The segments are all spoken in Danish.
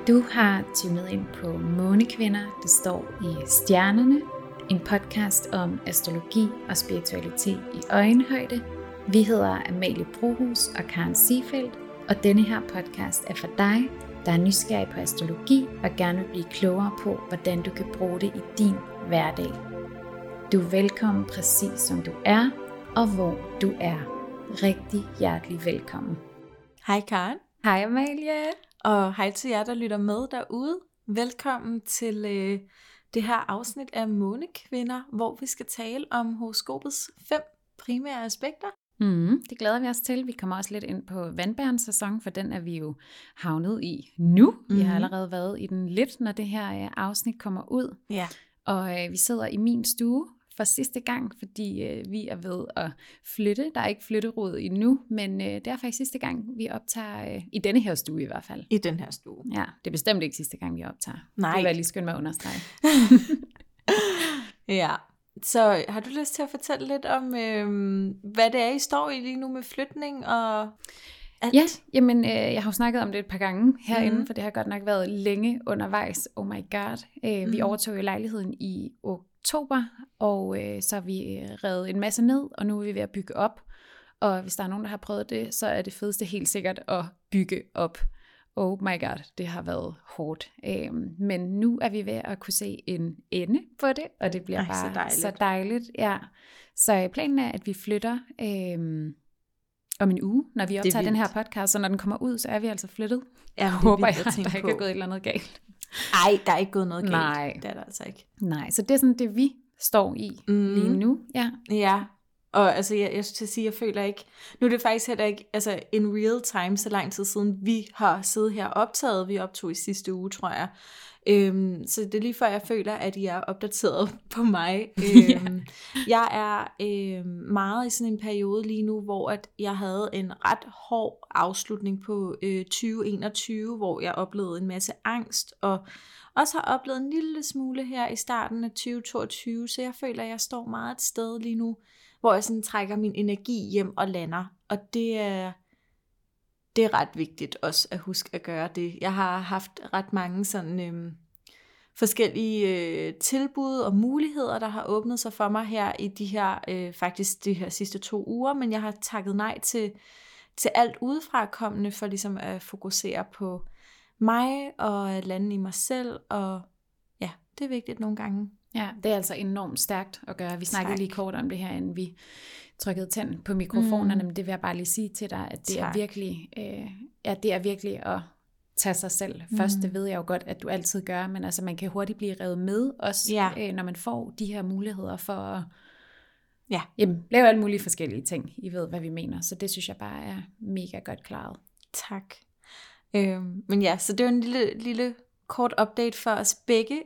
Du har tunet ind på Månekvinder, det står i stjernerne. En podcast om astrologi og spiritualitet i øjenhøjde. Vi hedder Amalie Brohus og Karen Seefeldt, og denne her podcast er for dig, der er nysgerrig på astrologi og gerne vil blive klogere på, hvordan du kan bruge det i din hverdag. Du er velkommen præcis som du er, og hvor du er. Rigtig hjertelig velkommen. Hej Karen. Hej Amalie. Og hej til jer, der lytter med derude. Velkommen til det her afsnit af Månekvinder, hvor vi skal tale om horoskopets 5 primære aspekter. Det glæder vi os til. Vi kommer også lidt ind på vandbærens sæson, for den er vi jo havnet i nu. Vi har allerede været i den lidt, når det her afsnit kommer ud. Ja. Og vi sidder i min stue for sidste gang, fordi vi er ved at flytte. Der er ikke flytterod endnu, men det er faktisk sidste gang, vi optager, i denne her stue i hvert fald. I den her stue. Ja, det er bestemt ikke sidste gang, vi optager. Nej. Det vil jeg lige skynde mig at understrege. Ja, så har du lyst til at fortælle lidt om, hvad det er, I står i lige nu med flytning og alt? Ja, jamen jeg har jo snakket om det et par gange herinde, for det har godt nok været længe undervejs. Oh my god. Vi overtog jo lejligheden i oktober, og så har vi revet en masse ned, og nu er vi ved at bygge op. Og hvis der er nogen, der har prøvet det, så er det fedeste helt sikkert at bygge op. Oh my god, det har været hårdt. Men nu er vi ved at kunne se en ende på det, og det bliver bare så dejligt. Ja. Så planen er, at vi flytter om en uge, når vi optager den her podcast, så når den kommer ud, så er vi altså flyttet. Ja, håber jeg, at der ikke er gået et eller andet galt. Nej, der er ikke gået noget galt. Nej. Det er der altså ikke. Nej, så det er sådan det, vi står i lige nu. Ja. Ja, og altså jeg skal sige, jeg føler ikke, nu er det faktisk heller ikke altså in real time, så lang tid siden vi har siddet her og optaget. Vi optog i sidste uge, tror jeg. Så det er lige før jeg føler, at I er opdateret på mig. Jeg er meget i sådan en periode lige nu, hvor at jeg havde en ret hård afslutning på 2021, hvor jeg oplevede en masse angst, og også har oplevet en lille smule her i starten af 2022, så jeg føler, at jeg står meget et sted lige nu, hvor jeg sådan trækker min energi hjem og lander, og det er ret vigtigt også at huske at gøre det. Jeg har haft ret mange sådan forskellige tilbud og muligheder, der har åbnet sig for mig her i de her sidste 2 uger, men jeg har takket nej til alt udefrakommende for ligesom at fokusere på mig og lande i mig selv, og ja, det er vigtigt nogle gange. Ja, det er altså enormt stærkt at gøre. Vi snakkede lige kort om det her, inden vi trykkede tænd på mikrofonerne, men det vil jeg bare lige sige til dig, at det er virkelig at tage sig selv først. Det ved jeg jo godt, at du altid gør, men altså man kan hurtigt blive revet med, også når man får de her muligheder for at lave alle mulige forskellige ting. I ved, hvad vi mener. Så det synes jeg bare er mega godt klaret. Tak. Men ja, så det var en lille kort update for os begge,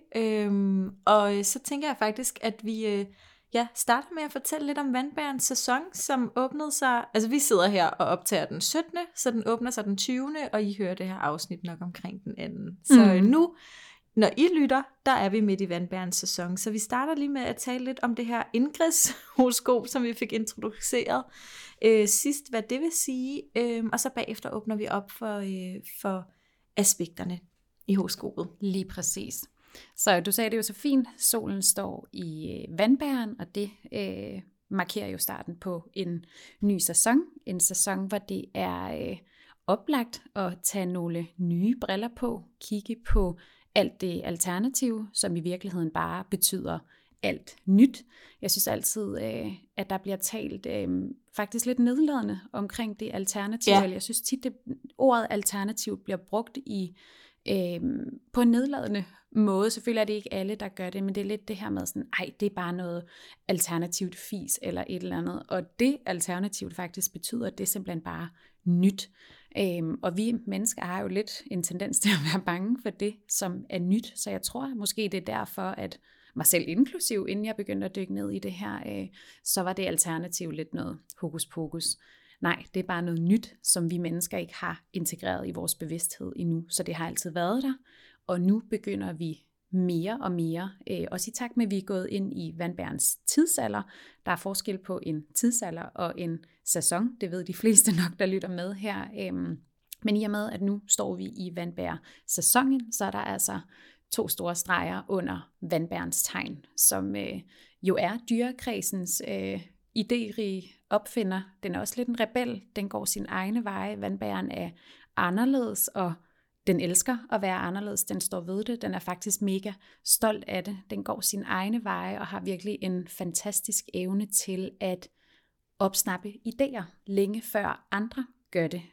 og så tænker jeg faktisk, at vi starter med at fortælle lidt om vandbærens sæson, som åbnede sig, altså vi sidder her og optager den 17., så den åbner sig den 20., og I hører det her afsnit nok omkring den 2. Så nu, når I lytter, der er vi midt i vandbærens sæson, så vi starter lige med at tale lidt om det her Ingrids-horoskop, som vi fik introduceret sidst, hvad det vil sige, og så bagefter åbner vi op for aspekterne i horoskopet. Lige præcis. Så du sagde det jo så fint, solen står i vandbæren, og det markerer jo starten på en ny sæson. En sæson, hvor det er oplagt at tage nogle nye briller på, kigge på alt det alternative, som i virkeligheden bare betyder alt nyt. Jeg synes altid, at der bliver talt faktisk lidt nedladende omkring det alternativ. Ja. Jeg synes tit, at ordet alternativ bliver brugt på en nedladende måde. Selvfølgelig er det ikke alle, der gør det, men det er lidt det her med sådan, det er bare noget alternativt fis eller et eller andet. Og det alternativt faktisk betyder, det er simpelthen bare nyt. Og vi mennesker har jo lidt en tendens til at være bange for det, som er nyt. Så jeg tror måske, det er derfor, at mig selv inklusiv, inden jeg begyndte at dykke ned i det her, så var det alternativ lidt noget hokus pokus. Nej, det er bare noget nyt, som vi mennesker ikke har integreret i vores bevidsthed endnu. Så det har altid været der, og nu begynder vi mere og mere, også i takt med, at vi er gået ind i vandbærens tidsalder. Der er forskel på en tidsalder og en sæson, det ved de fleste nok, der lytter med her. Men i og med, at nu står vi i vandbær-sæsonen, så er der altså 2 store streger under vandbærens tegn, som jo er dyrekredsens idérige opfinder. Den er også lidt en rebel. Den går sin egne veje. Vandbæren er anderledes, og den elsker at være anderledes. Den står ved det. Den er faktisk mega stolt af det. Den går sin egne veje og har virkelig en fantastisk evne til at opsnappe idéer længe før andre gør det.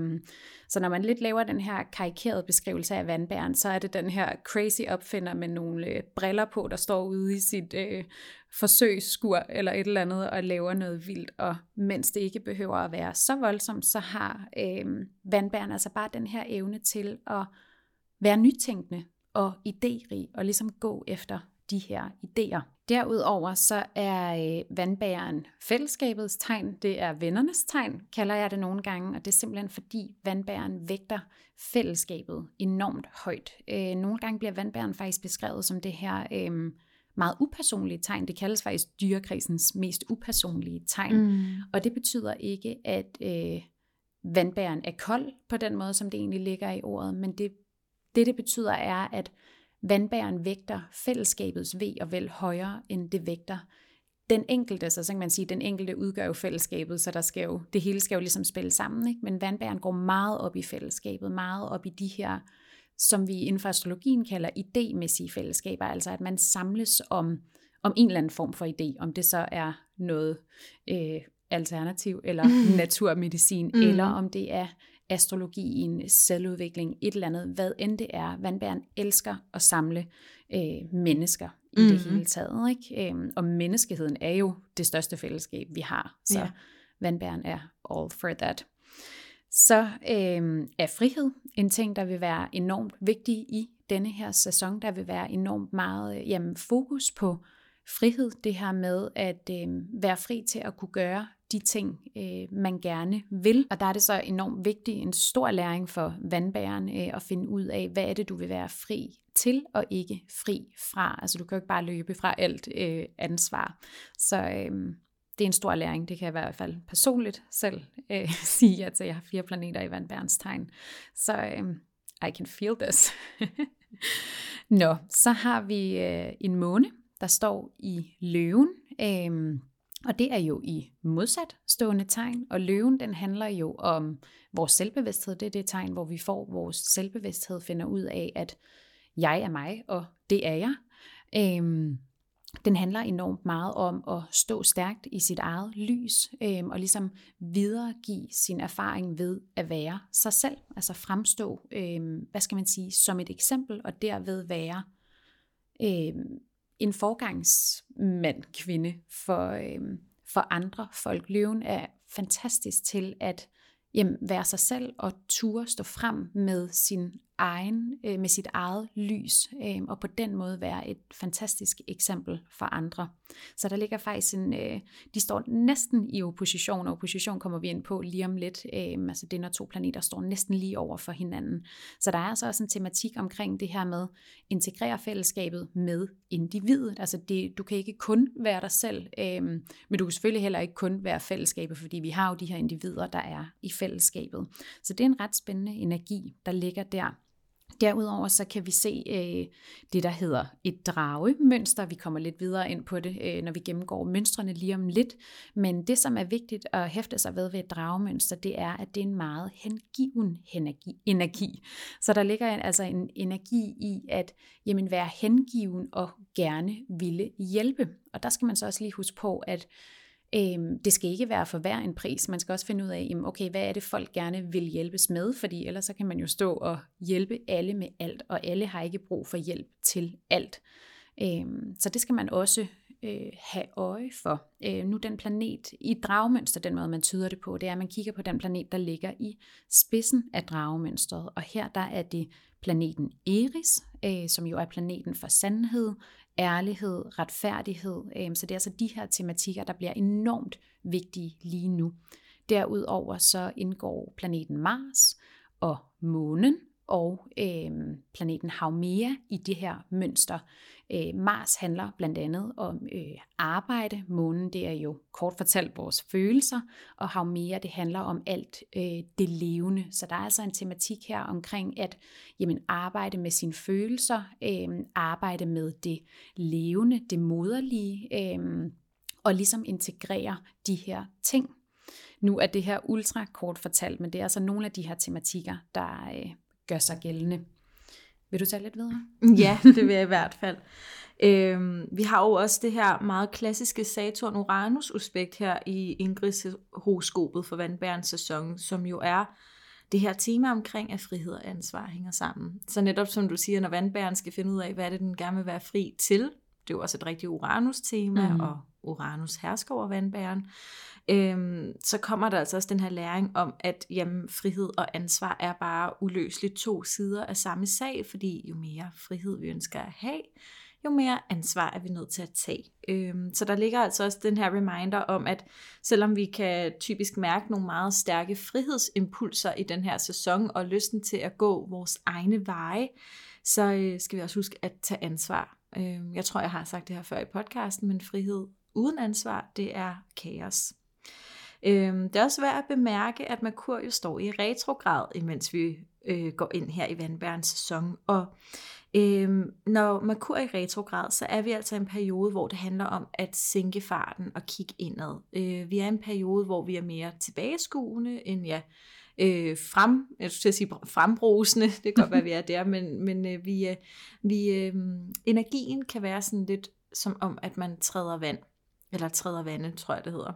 Så når man lidt laver den her karikerede beskrivelse af vandbæren, så er det den her crazy opfinder med nogle briller på, der står ude i sit forsøgsskur eller et eller andet og laver noget vildt. Og mens det ikke behøver at være så voldsomt, så har vandbæren altså bare den her evne til at være nytænkende og idérig og ligesom gå efter de her idéer. Derudover så er vandbæren fællesskabets tegn, det er vennernes tegn, kalder jeg det nogle gange, og det er simpelthen fordi vandbæren vægter fællesskabet enormt højt. Nogle gange bliver vandbæren faktisk beskrevet som det her meget upersonlige tegn. Det kaldes faktisk dyrekredsens mest upersonlige tegn, og det betyder ikke, at vandbæren er kold på den måde, som det egentlig ligger i ordet, men det betyder er, at vandbæren vægter fællesskabets ve og vel højere, end det vægter den enkelte. Så kan man sige, at den enkelte udgør jo fællesskabet, så det hele skal jo ligesom spille sammen. Ikke? Men vandbæren går meget op i fællesskabet, meget op i de her, som vi inden for astrologien kalder idémæssige fællesskaber, altså at man samles om en eller anden form for idé, om det så er noget alternativ eller naturmedicin, eller om det er astrologi i en selvudvikling, et eller andet, hvad end det er. Vandbæren elsker at samle mennesker i det hele taget. Ikke? Og menneskeheden er jo det største fællesskab, vi har. Så vandbæren er all for that. Så er frihed en ting, der vil være enormt vigtig i denne her sæson. Der vil være enormt meget fokus på frihed. Det her med at være fri til at kunne gøre de ting, man gerne vil. Og der er det så enormt vigtigt, en stor læring for vandbæren at finde ud af, hvad er det, du vil være fri til og ikke fri fra. Altså du kan jo ikke bare løbe fra alt ansvar. Så det er en stor læring. Det kan jeg i hvert fald personligt selv sige, at jeg har 4 planeter i vandbærens tegn. Så I can feel this. Nå, så har vi en måne, der står i løven. Og det er jo i modsat stående tegn, og løven den handler jo om vores selvbevidsthed. Det er det tegn, hvor vi får vores selvbevidsthed, finder ud af, at jeg er mig, og det er jeg. Den handler enormt meget om at stå stærkt i sit eget lys, og ligesom videregive sin erfaring ved at være sig selv, altså fremstå, som et eksempel, og derved være en forgangsmand, kvinde for andre folk. Løven er fantastisk til at være sig selv og turde stå frem med med sit eget lys, og på den måde være et fantastisk eksempel for andre. Så der ligger faktisk de står næsten i opposition, og opposition kommer vi ind på lige om lidt. Altså det er, når 2 planeter står næsten lige over for hinanden. Så der er altså også en tematik omkring det her med integrere fællesskabet med individet. Altså du kan ikke kun være dig selv, men du kan selvfølgelig heller ikke kun være fællesskabet, fordi vi har jo de her individer, der er i fællesskabet. Så det er en ret spændende energi, der ligger der. Derudover så kan vi se det, der hedder et dragemønster. Vi kommer lidt videre ind på det, når vi gennemgår mønstrene lige om lidt. Men det, som er vigtigt at hæfte sig ved et dragemønster, det er, at det er en meget hengiven energi. Så der ligger altså en energi i at være hengiven og gerne ville hjælpe. Og der skal man så også lige huske på, at det skal ikke være for hver en pris. Man skal også finde ud af, okay, hvad er det folk gerne vil hjælpes med, fordi ellers så kan man jo stå og hjælpe alle med alt, og alle har ikke brug for hjælp til alt. Så det skal man også have øje for. Nu den planet i dragemønster, den måde man tyder det på, det er, at man kigger på den planet, der ligger i spidsen af dragemønstret, og her der er det planeten Eris, som jo er planeten for sandhed, ærlighed, retfærdighed. Så det er altså de her tematikker, der bliver enormt vigtige lige nu. Derudover så indgår planeten Mars og månen og planeten Haumea i det her mønster. Mars handler blandt andet om arbejde. Månen, det er jo kort fortalt vores følelser, og Haumea, det handler om alt det levende. Så der er altså en tematik her omkring at arbejde med sine følelser, arbejde med det levende, det moderlige, og ligesom integrere de her ting. Nu er det her ultra kort fortalt, men det er altså nogle af de her tematikker, der gør sig gældende. Vil du tage lidt videre? Ja, det vil jeg i hvert fald. Vi har jo også det her meget klassiske Saturn-Uranus-aspekt her i Ingrids-horoskopet for vandbærens sæson, som jo er det her tema omkring, at frihed og ansvar hænger sammen. Så netop som du siger, når vandbæren skal finde ud af, hvad er det, den gerne vil være fri til, det er jo også et rigtigt Uranus-tema, og Uranus hersker over vandbæren, så kommer der altså også den her læring om, at frihed og ansvar er bare uløseligt to sider af samme sag, fordi jo mere frihed vi ønsker at have, jo mere ansvar er vi nødt til at tage. Så der ligger altså også den her reminder om, at selvom vi kan typisk mærke nogle meget stærke frihedsimpulser i den her sæson, og lysten til at gå vores egne veje, så skal vi også huske at tage ansvar. Jeg tror, jeg har sagt det her før i podcasten, men frihed uden ansvar, det er kaos. Det er også værd at bemærke, at Merkur jo står i retrograd, imens vi går ind her i vandbærens sæson. Og når Merkur er i retrograd, så er vi altså i en periode, hvor det handler om at sænke farten og kigge indad. Vi er i en periode, hvor vi er mere tilbageskuende end frembrusende, det kan godt være, vi er der, men energien kan være sådan lidt som om, at man træder vand, eller træder vande, tror jeg det hedder.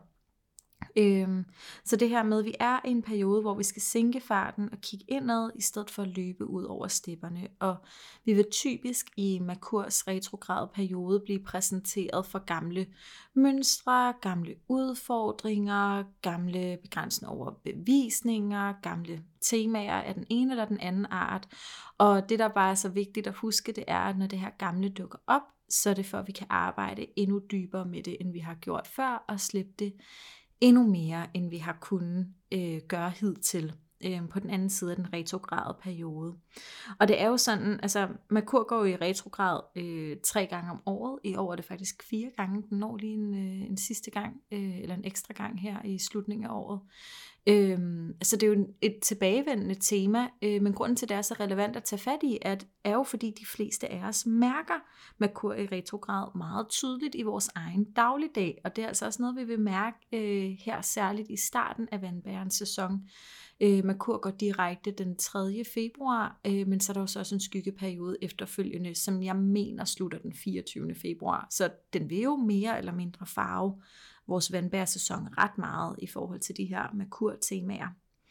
Så det her med, at vi er i en periode, hvor vi skal sænke farten og kigge indad, i stedet for at løbe ud over stepperne. Og vi vil typisk i Merkurs retrograd periode blive præsenteret for gamle mønstre, gamle udfordringer, gamle begrænsende overbevisninger, gamle temaer af den ene eller den anden art. Og det, der bare er så vigtigt at huske, det er, at når det her gamle dukker op, så er det for, at vi kan arbejde endnu dybere med det, end vi har gjort før, og slippe det endnu mere, end vi har kunnet gøre hidtil på den anden side af den retrograde periode. Og det er jo sådan, altså Merkur går jo i retrograd 3 gange om året. I år er det faktisk 4 gange. Den når lige en sidste gang, eller en ekstra gang her i slutningen af året. Så det er jo et tilbagevendende tema, men grunden til, at det er så relevant at tage fat i, er jo fordi de fleste af os mærker Merkur i retrograd meget tydeligt i vores egen dagligdag, og det er altså også noget, vi vil mærke her særligt i starten af vandbærens sæson. Merkur går direkte den 3. februar, men så er der jo så også en skyggeperiode efterfølgende, som jeg mener slutter den 24. februar, så den vil jo mere eller mindre farve vores vandbærsæson ret meget i forhold til de her Merkur-temaer.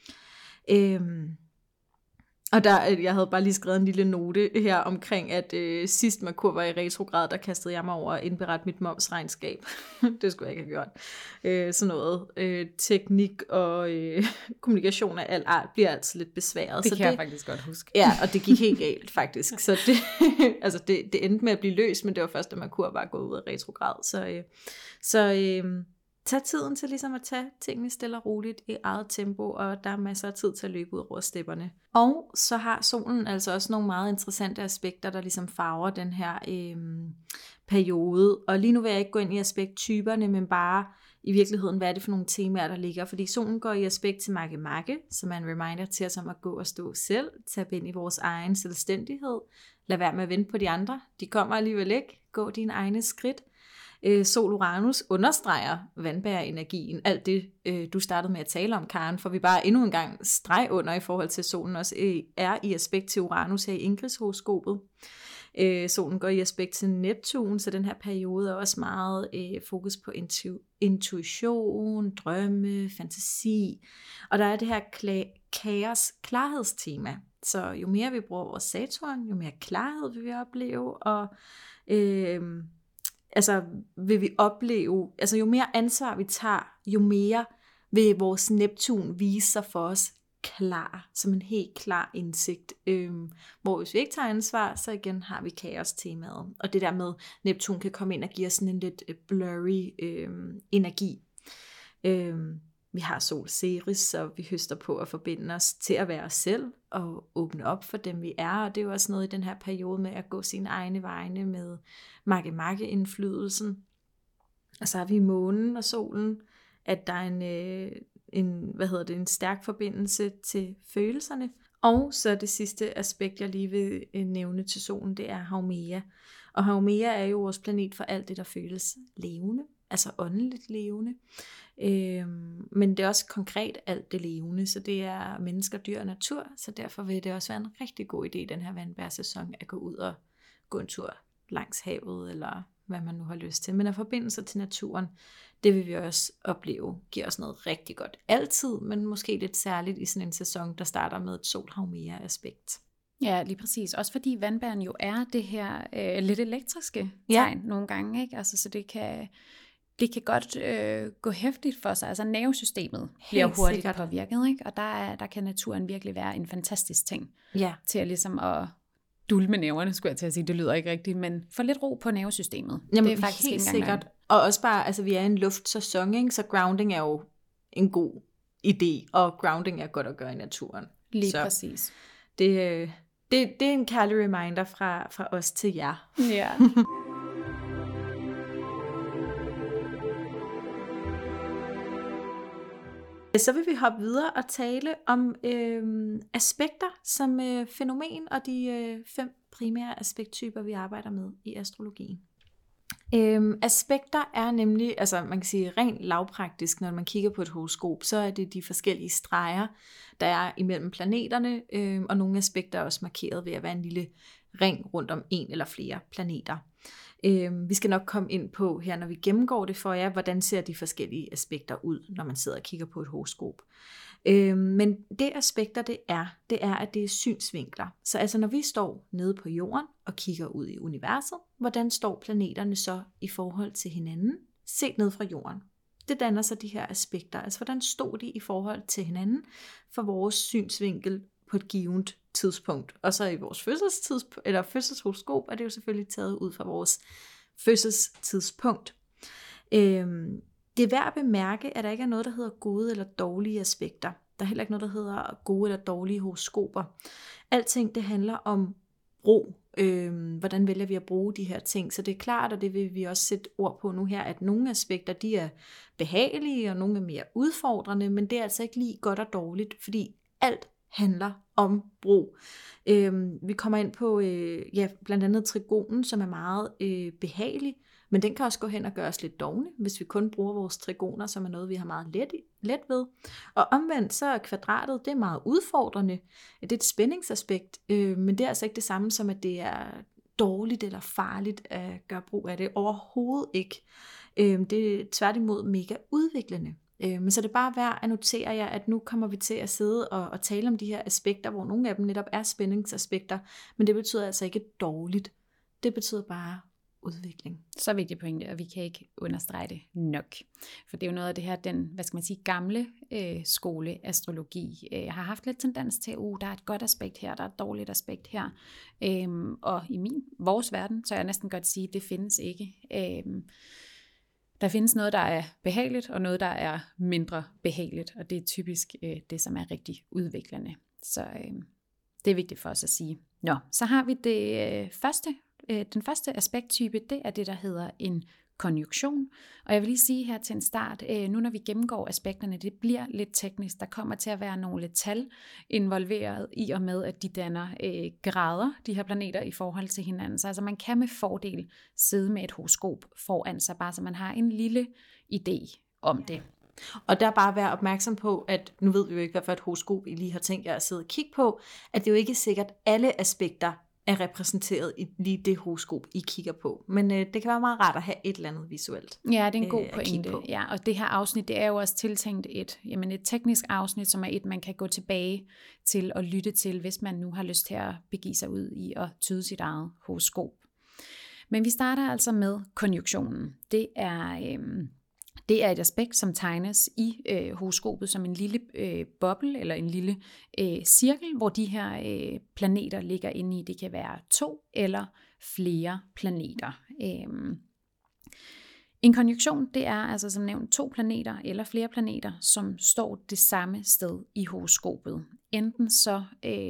Og jeg havde bare lige skrevet en lille note her omkring, at sidst Merkur var i retrograd, der kastede jeg mig over at indberette mit momsregnskab. Det skulle jeg ikke have gjort. Sådan noget teknik og kommunikation af al art bliver altså lidt besværet. Det kan jeg faktisk godt huske. Ja, og det gik helt galt faktisk. Så det endte med at blive løst, men det var først, da Merkur var gået ud af retrograd. Så tag tiden til ligesom at tage tingene stille og roligt i eget tempo, og der er masser af tid til at løbe ud over stepperne. Og så har solen altså også nogle meget interessante aspekter, der ligesom farver den her periode. Og lige nu vil jeg ikke gå ind i aspekttyperne, men bare i virkeligheden, hvad er det for nogle temaer, der ligger. Fordi solen går i aspekt til Magge, som er en reminder til os om at gå og stå selv, tage ind i vores egen selvstændighed, lad være med at vente på de andre, de kommer alligevel ikke, gå dine egne skridt. Sol Uranus understreger vandbærenergien, alt det du startede med at tale om, Karen, for vi bare endnu en gang streg under i forhold til solen også er i aspekt til Uranus her i Ingrids-horoskopet. Solen går i aspekt til Neptun, så den her periode er også meget fokus på intuition, drømme, fantasi, og der er det her klarhedstema. Så jo mere vi bruger vores Saturn, jo mere klarhed vil vi opleve, og vil vi opleve, jo mere ansvar vi tager, jo mere vil vores Neptun vise sig for os klar, som en helt klar indsigt. Hvor hvis vi ikke tager ansvar, så igen har vi kaos-temaet. Og det der med, Neptun kan komme ind og give os sådan en lidt blurry energi. Vi har Sol Ceres, så vi høster på at forbinde os til at være os selv og åbne op for dem, vi er. Og det er jo også noget i den her periode med at gå sine egne vegne med Magge-Magge-indflydelsen. Og så har vi månen og solen, at der er en stærk forbindelse til følelserne. Og så det sidste aspekt, jeg lige vil nævne til solen, det er Haumea. Og Haumea er jo vores planet for alt det, der føles levende, altså åndeligt levende. Men det er også konkret alt det levende, så det er mennesker, dyr og natur, så derfor vil det også være en rigtig god idé i den her vandbærsæson at gå ud og gå en tur langs havet, eller hvad man nu har lyst til. Men at forbinde sig til naturen, det vil vi også opleve, giver os noget rigtig godt altid, men måske lidt særligt i sådan en sæson, der starter med et Sol-Haumea-aspekt. Ja, lige præcis. Også fordi vandbæren jo er det her lidt elektriske tegn nogle gange, ikke? Altså, så det kan godt gå hæftigt for sig. Altså nervesystemet bliver hurtigt sikkert påvirket, ikke? Og der kan naturen virkelig være en fantastisk ting til at ligesom at dulme nerverne, skulle jeg til at sige. Det lyder ikke rigtigt, men få lidt ro på nervesystemet. Jamen, det er faktisk helt sikkert. Og også bare, altså vi er i en luftsæson, ikke? Så grounding er jo en god idé, og grounding er godt at gøre i naturen. Lige præcis. Det er en kærlig reminder fra os til jer. Ja. Så vil vi hoppe videre og tale om aspekter som fænomen og de 5 primære aspekttyper, vi arbejder med i astrologien. Aspekter er nemlig, altså man kan sige rent lavpraktisk, når man kigger på et horoskop, så er det de forskellige streger, der er imellem planeterne, og nogle aspekter er også markeret ved at være en lille ring rundt om en eller flere planeter. Vi skal nok komme ind på her, når vi gennemgår det for jer, hvordan ser de forskellige aspekter ud, når man sidder og kigger på et horoskop. Men det aspekter, det er, at det er synsvinkler. Så altså når vi står nede på jorden og kigger ud i universet, hvordan står planeterne så i forhold til hinanden, set ned fra jorden? Det danner så de her aspekter. Altså hvordan stod de i forhold til hinanden for vores synsvinkel på et givet tidspunkt. Og så i vores fødselshoroskop er det jo selvfølgelig taget ud fra vores fødselstidspunkt. Det er værd at bemærke, at der ikke er noget, der hedder gode eller dårlige aspekter. Der er heller ikke noget, der hedder gode eller dårlige horoskoper. Alting det handler om brug. Hvordan vælger vi at bruge de her ting? Så det er klart, og det vil vi også sætte ord på nu her, at nogle aspekter de er behagelige, og nogle er mere udfordrende, men det er altså ikke lige godt og dårligt, fordi alt handler om brug. Vi kommer ind på blandt andet trigonen, som er meget behagelig, men den kan også gå hen og gøre os lidt dovne, hvis vi kun bruger vores trigoner, som er noget, vi har meget let ved. Og omvendt så er kvadratet, det er meget udfordrende. Det er et spændingsaspekt, men det er altså ikke det samme som, at det er dårligt eller farligt at gøre brug af det. Overhovedet ikke. Det er tværtimod mega udviklende. Men så det er bare værd at notere jer, at nu kommer vi til at sidde og tale om de her aspekter, hvor nogle af dem netop er spændingsaspekter, men det betyder altså ikke dårligt. Det betyder bare udvikling. Så vigtig pointe, og vi kan ikke understrege det nok. For det er jo noget af det her, den, gamle skoleastrologi har haft lidt tendens til, der er et godt aspekt her, der er et dårligt aspekt her. Og i vores verden, så er jeg næsten godt sige, det findes ikke. Der findes noget, der er behageligt, og noget, der er mindre behageligt, og det er typisk det, som er rigtig udviklende. Så det er vigtigt for os at sige. Så har vi den første aspekttype, det er det, der hedder en konjunktion. Og jeg vil lige sige her til en start, nu når vi gennemgår aspekterne, det bliver lidt teknisk. Der kommer til at være nogle tal involveret i og med, at de danner grader, de her planeter, i forhold til hinanden. Så altså man kan med fordel sidde med et horoskop foran sig, bare så man har en lille idé om det. Og der er bare at være opmærksom på, at nu ved vi jo ikke, hvad for et horoskop I lige har tænkt jer at sidde og kigge på, at det jo ikke er sikkert alle aspekter er repræsenteret i lige det horoskop, I kigger på. Men det kan være meget rart at have et eller andet visuelt. Ja, det er en god pointe. Ja, og det her afsnit, det er jo også tiltænkt et teknisk afsnit, som er et, man kan gå tilbage til og lytte til, hvis man nu har lyst til at begive sig ud i at tyde sit eget horoskop. Men vi starter altså med konjunktionen. Det er et aspekt, som tegnes i horoskopet som en lille boble eller en lille cirkel, hvor de her planeter ligger inde i. Det kan være 2 eller flere planeter. En konjunktion, det er altså som nævnt 2 planeter eller flere planeter, som står det samme sted i horoskopet. Enten så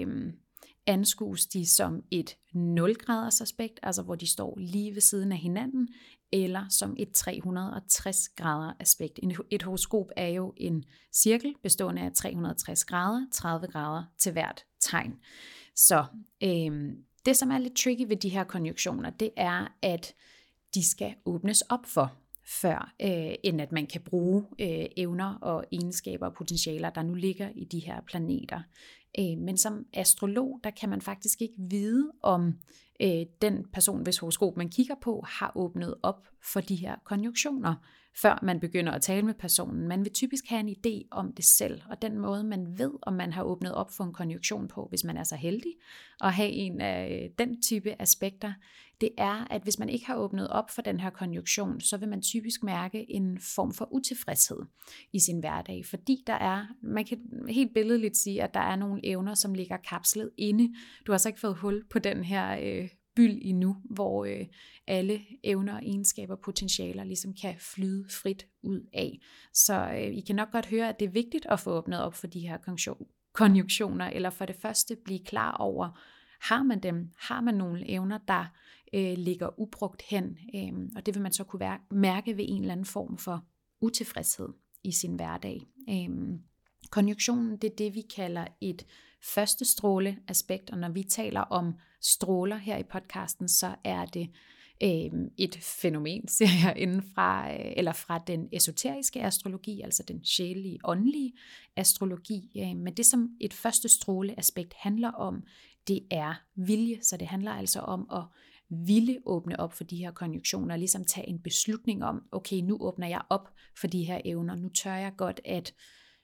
anskues de som et 0-graders aspekt, altså hvor de står lige ved siden af hinanden, eller som et 360 grader aspekt. Et horoskop er jo en cirkel bestående af 360 grader, 30 grader til hvert tegn. Så det, som er lidt tricky ved de her konjunktioner, det er, at de skal åbnes op for, før end at man kan bruge evner og egenskaber og potentialer, der nu ligger i de her planeter. Men som astrolog, der kan man faktisk ikke vide, om den person, hvis horoskop man kigger på, har åbnet op for de her konjunktioner, før man begynder at tale med personen. Man vil typisk have en idé om det selv, og den måde, man ved, om man har åbnet op for en konjunktion på, hvis man er så heldig at have en af den type aspekter, det er, at hvis man ikke har åbnet op for den her konjunktion, så vil man typisk mærke en form for utilfredshed i sin hverdag, fordi man kan helt billedligt sige, at der er nogle evner, som ligger kapslet inde. Du har så ikke fået hul på den her byld endnu, hvor alle evner, egenskaber og potentialer ligesom kan flyde frit ud af. Så I kan nok godt høre, at det er vigtigt at få åbnet op for de her konjunktioner, eller for det første blive klar over, har man dem? Har man nogle evner, der ligger ubrugt hen? Og det vil man så kunne mærke ved en eller anden form for utilfredshed i sin hverdag. Konjunktionen, det er det, vi kalder et første stråle aspekt, og når vi taler om stråler her i podcasten, så er det et fænomen, siger jeg, fra den esoteriske astrologi, altså den sjælelige, åndelige astrologi. Men det, som et første stråle aspekt handler om, det er vilje, så det handler altså om at ville åbne op for de her konjunktioner, ligesom tage en beslutning om, okay, nu åbner jeg op for de her evner, nu tør jeg godt at,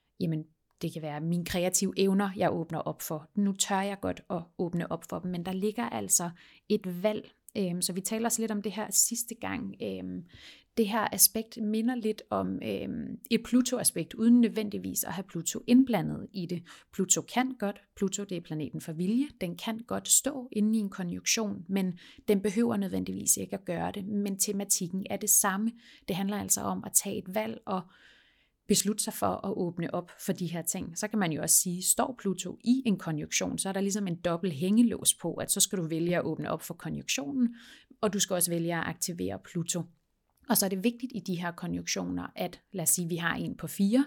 det kan være mine kreative evner, jeg åbner op for. Nu tør jeg godt at åbne op for dem, men der ligger altså et valg. Så vi taler også lidt om det her sidste gang. Det her aspekt minder lidt om et Pluto-aspekt, uden nødvendigvis at have Pluto indblandet i det. Pluto det er planeten for vilje, den kan godt stå inde i en konjunktion, men den behøver nødvendigvis ikke at gøre det. Men tematikken er det samme. Det handler altså om at tage et valg og beslutte sig for at åbne op for de her ting. Så kan man jo også sige, står Pluto i en konjunktion, så er der ligesom en dobbelt hængelås på, at så skal du vælge at åbne op for konjunktionen, og du skal også vælge at aktivere Pluto. Og så er det vigtigt i de her konjunktioner, at lad os sige, vi har en på 4,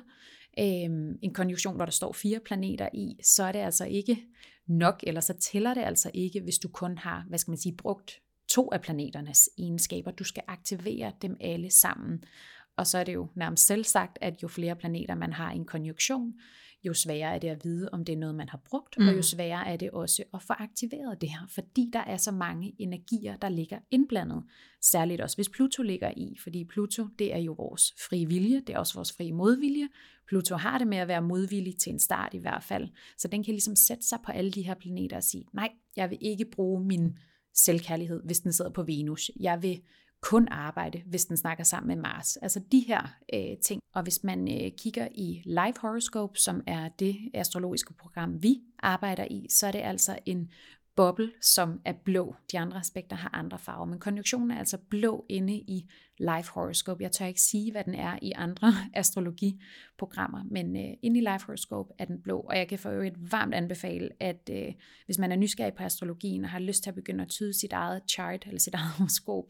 en konjunktion, hvor der står 4 planeter i, så er det altså ikke nok, eller så tæller det altså ikke, hvis du kun har, brugt 2 af planeternes egenskaber. Du skal aktivere dem alle sammen. Og så er det jo nærmest selvsagt, at jo flere planeter man har i en konjunktion, jo sværere er det at vide, om det er noget, man har brugt, og jo sværere er det også at få aktiveret det her, fordi der er så mange energier, der ligger indblandet. Særligt også, hvis Pluto ligger i, fordi Pluto, det er jo vores frie vilje, det er også vores frie modvilje. Pluto har det med at være modvillig til en start i hvert fald, så den kan ligesom sætte sig på alle de her planeter og sige, nej, jeg vil ikke bruge min selvkærlighed, hvis den sidder på Venus. Jeg vil kun arbejde, hvis den snakker sammen med Mars. Altså de her ting. Og hvis man kigger i Live Horoscope, som er det astrologiske program, vi arbejder i, så er det altså en boble, som er blå. De andre aspekter har andre farver, men konjunktionen er altså blå inde i Live Horoscope. Jeg tør ikke sige, hvad den er i andre astrologiprogrammer, men inde i Live Horoscope er den blå, og jeg kan for øvrigt varmt anbefale, at hvis man er nysgerrig på astrologien og har lyst til at begynde at tyde sit eget chart eller sit eget horoskop,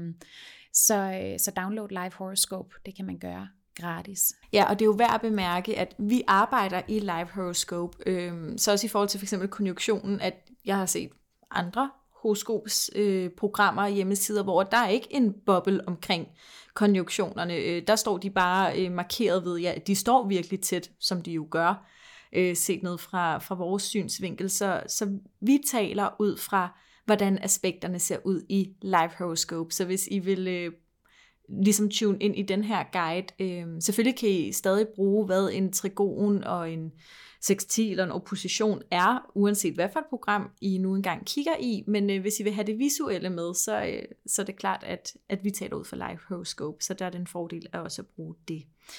så download Live Horoscope. Det kan man gøre gratis. Ja, og det er jo værd at bemærke, at vi arbejder i Live Horoscope, så også i forhold til for eksempel konjunktionen, at jeg har set andre horoskopsprogrammer og hjemmesider, hvor der er ikke en boble omkring konjunktionerne. Der står de bare markeret ved, ja, de står virkelig tæt, som de jo gør, set ned fra vores synsvinkel. Så vi taler ud fra, hvordan aspekterne ser ud i Live Horoscope. Så hvis I vil ligesom tune ind i den her guide, selvfølgelig kan I stadig bruge, hvad en trigon og en sextil og en opposition er, uanset hvad for et program I nu engang kigger i, men hvis I vil have det visuelle med, så er det klart, at vi taler ud for Live Horoscope, så der er det en fordel at også bruge det.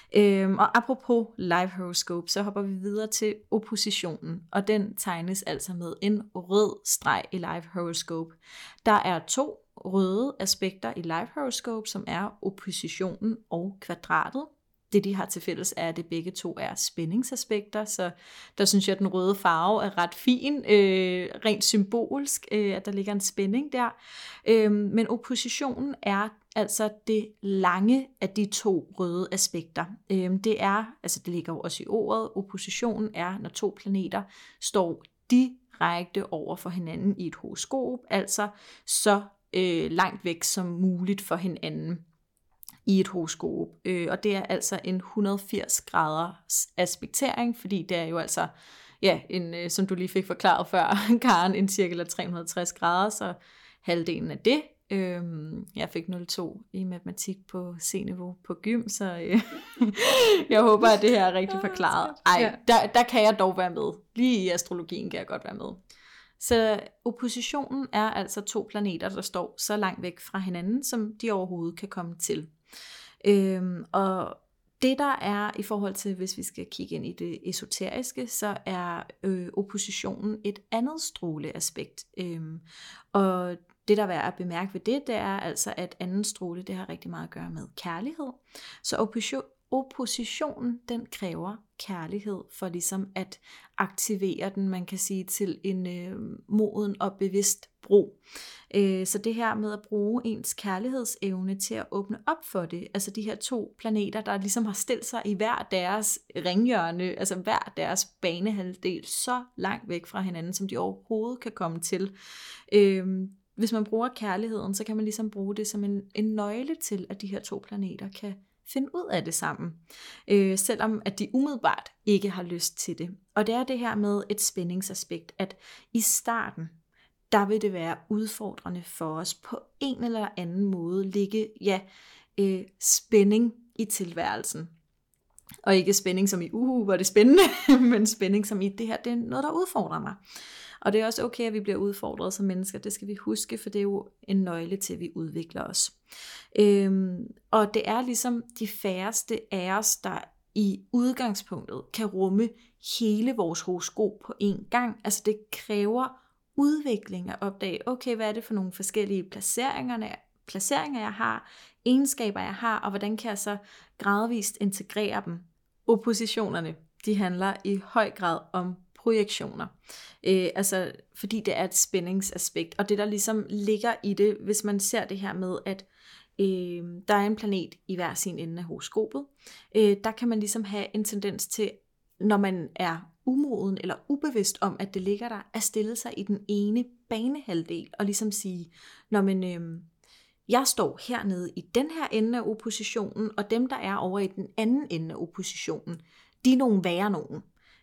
Og apropos live horoscope, så hopper vi videre til oppositionen, og den tegnes altså med en rød streg i live horoscope. Der er 2 røde aspekter i live horoscope, som er oppositionen og kvadratet. Det, de har til fælles, er, at det begge to er spændingsaspekter, så der synes jeg, at den røde farve er ret fin, rent symbolsk, at der ligger en spænding der. Men oppositionen er altså det lange af de 2 røde aspekter. Det er, altså det ligger jo også i ordet, oppositionen er, når 2 planeter står direkte over for hinanden i et horoskop, altså så langt væk som muligt for hinanden i et horoskop. Og det er altså en 180 graders aspektering, fordi det er jo altså, ja, en, som du lige fik forklaret før, Karen, en cirkel af 360 grader, så halvdelen af det. Jeg fik 0,2 i matematik på C-niveau på gym, så jeg håber, at det her er rigtig forklaret. Der kan jeg dog være med. Lige i astrologien kan jeg godt være med. Så oppositionen er altså 2 planeter, der står så langt væk fra hinanden, som de overhovedet kan komme til. Og det der er i forhold til, hvis vi skal kigge ind i det esoteriske, så er oppositionen et andet stråleaspekt. Og det der er værd at bemærke ved det er altså, at anden stråle, det har rigtig meget at gøre med kærlighed. Så oppositionen, den kræver kærlighed for ligesom at aktivere den, man kan sige, til en moden og bevidst brug. Så det her med at bruge ens kærlighedsevne til at åbne op for det, altså de her 2 planeter, der ligesom har stillet sig i hver deres ringhjørne, altså hver deres banehalvdel, så langt væk fra hinanden, som de overhovedet kan komme til. Hvis man bruger kærligheden, så kan man ligesom bruge det som en nøgle til, at de her 2 planeter kan finde ud af det sammen, selvom at de umiddelbart ikke har lyst til det. Og det er det her med et spændingsaspekt, at i starten, der vil det være udfordrende for os på en eller anden måde ligge spænding i tilværelsen. Og ikke spænding som i hvor det er spændende, men spænding som i det her, det er noget, der udfordrer mig. Og det er også okay, at vi bliver udfordret som mennesker, det skal vi huske, for det er jo en nøgle til, at vi udvikler os. Og det er ligesom de færreste af os, der i udgangspunktet kan rumme hele vores horoskop på én gang. Altså det kræver udvikling at opdage, okay, hvad er det for nogle forskellige placeringer jeg har, egenskaber jeg har, og hvordan kan jeg så gradvist integrere dem. Oppositionerne, de handler i høj grad om projektioner. Altså fordi det er et spændingsaspekt, og det der ligesom ligger i det, hvis man ser det her med, at der er en planet i hver sin ende af horoskopet, der kan man ligesom have en tendens til, når man er umoden eller ubevidst om, at det ligger der, at stille sig i den ene banehalvdel, og ligesom sige, når man jeg står hernede i den her ende af oppositionen, og dem, der er over i den anden ende af oppositionen, de er nogen værre nogen.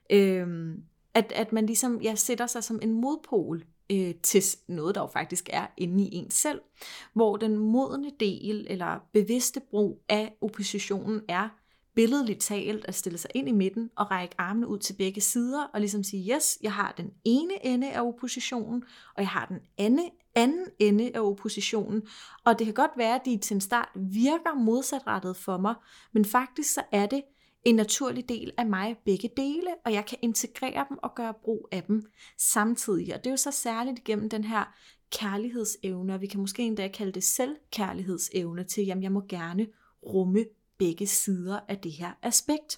At man ligesom sætter sig som en modpol til noget, der jo faktisk er inde i en selv, hvor den modne del eller bevidste brug af oppositionen er billedligt talt at stille sig ind i midten og række armene ud til begge sider og ligesom sige, yes, jeg har den ene ende af oppositionen, og jeg har den anden ende af oppositionen, og det kan godt være, at de til en start virker modsatrettet for mig, men faktisk så er det en naturlig del af mig begge dele, og jeg kan integrere dem og gøre brug af dem samtidig. Og det er jo så særligt gennem den her kærlighedsevne, og vi kan måske endda kalde det selvkærlighedsevne til, jamen jeg må gerne rumme begge sider af det her aspekt.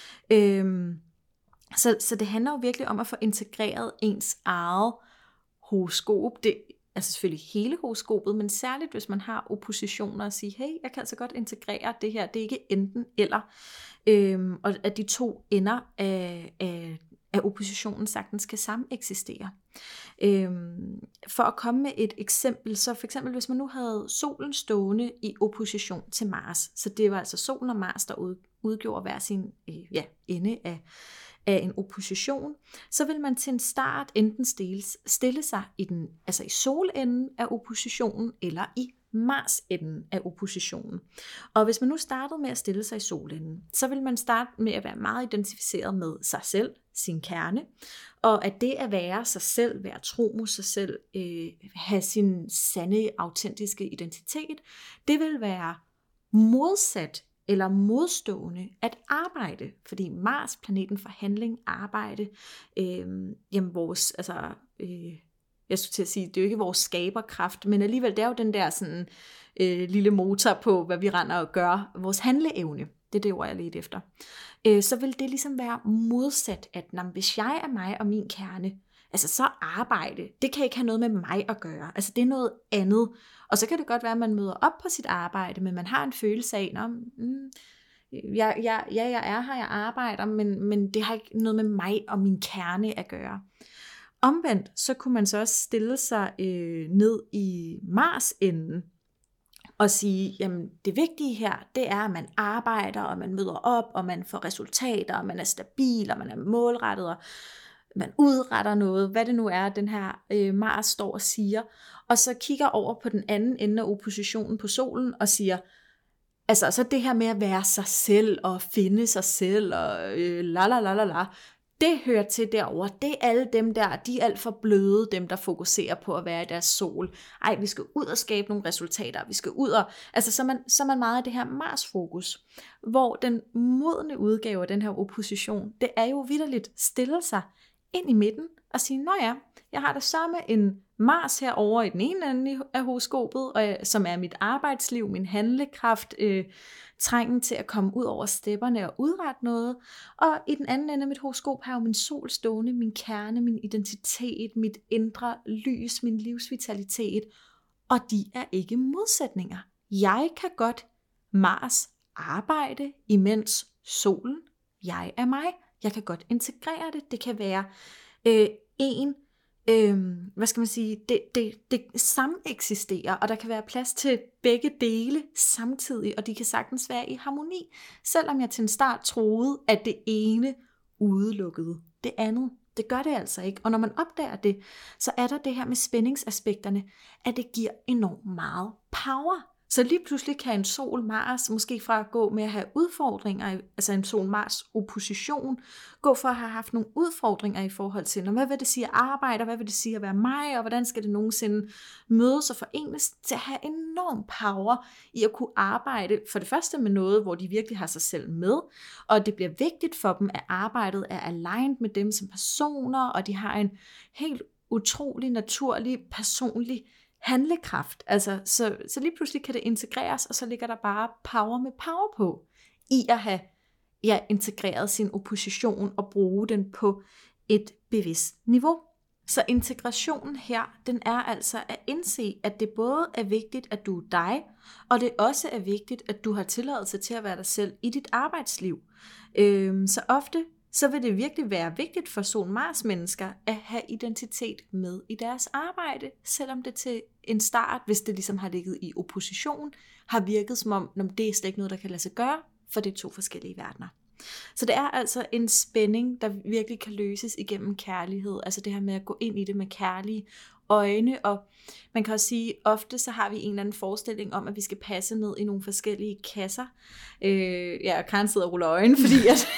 Så det handler jo virkelig om at få integreret ens eget horoskop. Det er selvfølgelig hele horoskopet, men særligt hvis man har oppositioner og sige, hey, jeg kan altså godt integrere det her, det er ikke enten eller. Og at de 2 ender af oppositionen sagtens kan sameksistere. For at komme med et eksempel, så for eksempel hvis man nu havde solen stående i opposition til Mars, så det var altså solen og Mars, der udgjorde hver sin ende af en opposition, så vil man til en start enten stille sig i solenden af oppositionen, eller i Mars-enden af oppositionen. Og hvis man nu startede med at stille sig i solenden, så vil man starte med at være meget identificeret med sig selv, sin kerne, og at det at være sig selv, være tro mod sig selv, have sin sande, autentiske identitet, det vil være modsat eller modstående at arbejde, fordi Mars, planeten for handling, arbejde, vores, jeg skulle til at sige, det er jo ikke vores skaberkraft, men alligevel, det er jo den der sådan, lille motor på, hvad vi render og gør, vores handleevne, det er det ord, jeg ledte efter. Så vil det ligesom være modsat, at hvis jeg er mig og min kerne, altså så arbejde, det kan ikke have noget med mig at gøre, altså det er noget andet. Og så kan det godt være, at man møder op på sit arbejde, men man har en følelse af, jeg er her, jeg arbejder, men det har ikke noget med mig og min kerne at gøre. Omvendt, så kunne man så også stille sig ned i Mars-enden og sige, jamen det vigtige her, det er, at man arbejder, og man møder op, og man får resultater, og man er stabil, og man er målrettet, og man udretter noget, hvad det nu er, den her Mars står og siger, og så kigger over på den anden ende af oppositionen på solen og siger, altså så det her med at være sig selv, og finde sig selv, og det hører til derover. Det er alle dem der, de er alt for bløde, dem der fokuserer på at være i deres sol. Ej, vi skal ud og skabe nogle resultater, vi skal ud og, altså så er man meget af det her Mars-fokus, hvor den modne udgave af den her opposition, det er jo vitterligt stille sig ind i midten og sige, nå ja, jeg har det samme en Mars herovre i den ene ende af horoskopet, som er mit arbejdsliv, min handlekraft, trængen til at komme ud over stepperne og udrette noget. Og i den anden ende af mit horoskop har jeg jo min sol stående, min kerne, min identitet, mit indre lys, min livsvitalitet. Og de er ikke modsætninger. Jeg kan godt Mars arbejde, imens solen, jeg er mig. Jeg kan godt integrere det. Det kan være hvad skal man sige, det sameksisterer, og der kan være plads til begge dele samtidig, og de kan sagtens være i harmoni, selvom jeg til en start troede, at det ene udelukkede det andet. Det gør det altså ikke, og når man opdager det, så er der det her med spændingsaspekterne, at det giver enormt meget power. Så lige pludselig kan en Sol-Mars, måske fra at gå med at have udfordringer, altså en Sol-Mars opposition, gå for at have haft nogle udfordringer i forhold til, hvad vil det sige at arbejde, hvad vil det sige at være mig, og hvordan skal det nogensinde mødes og forenes, til at have enorm power i at kunne arbejde for det første med noget, hvor de virkelig har sig selv med, og det bliver vigtigt for dem, at arbejdet er aligned med dem som personer, og de har en helt utrolig naturlig, personlig handlekraft, altså så lige pludselig kan det integreres, og så ligger der bare power med power på, i at have integreret sin opposition og bruge den på et bevidst niveau. Så integrationen her, den er altså at indse, at det både er vigtigt, at du er dig, og det også er vigtigt, at du har tilladelse til at være dig selv i dit arbejdsliv. Så ofte så vil det virkelig være vigtigt for Sol-Mars-mennesker at have identitet med i deres arbejde, selvom det til en start, hvis det ligesom har ligget i opposition, har virket som om, det er slet ikke noget, der kan lade sig gøre, for det er 2 forskellige verdener. Så det er altså en spænding, der virkelig kan løses igennem kærlighed, altså det her med at gå ind i det med kærlige øjne, og man kan også sige, ofte så har vi en eller anden forestilling om, at vi skal passe ned i nogle forskellige kasser. Og Karen sidder og ruller øjne, fordi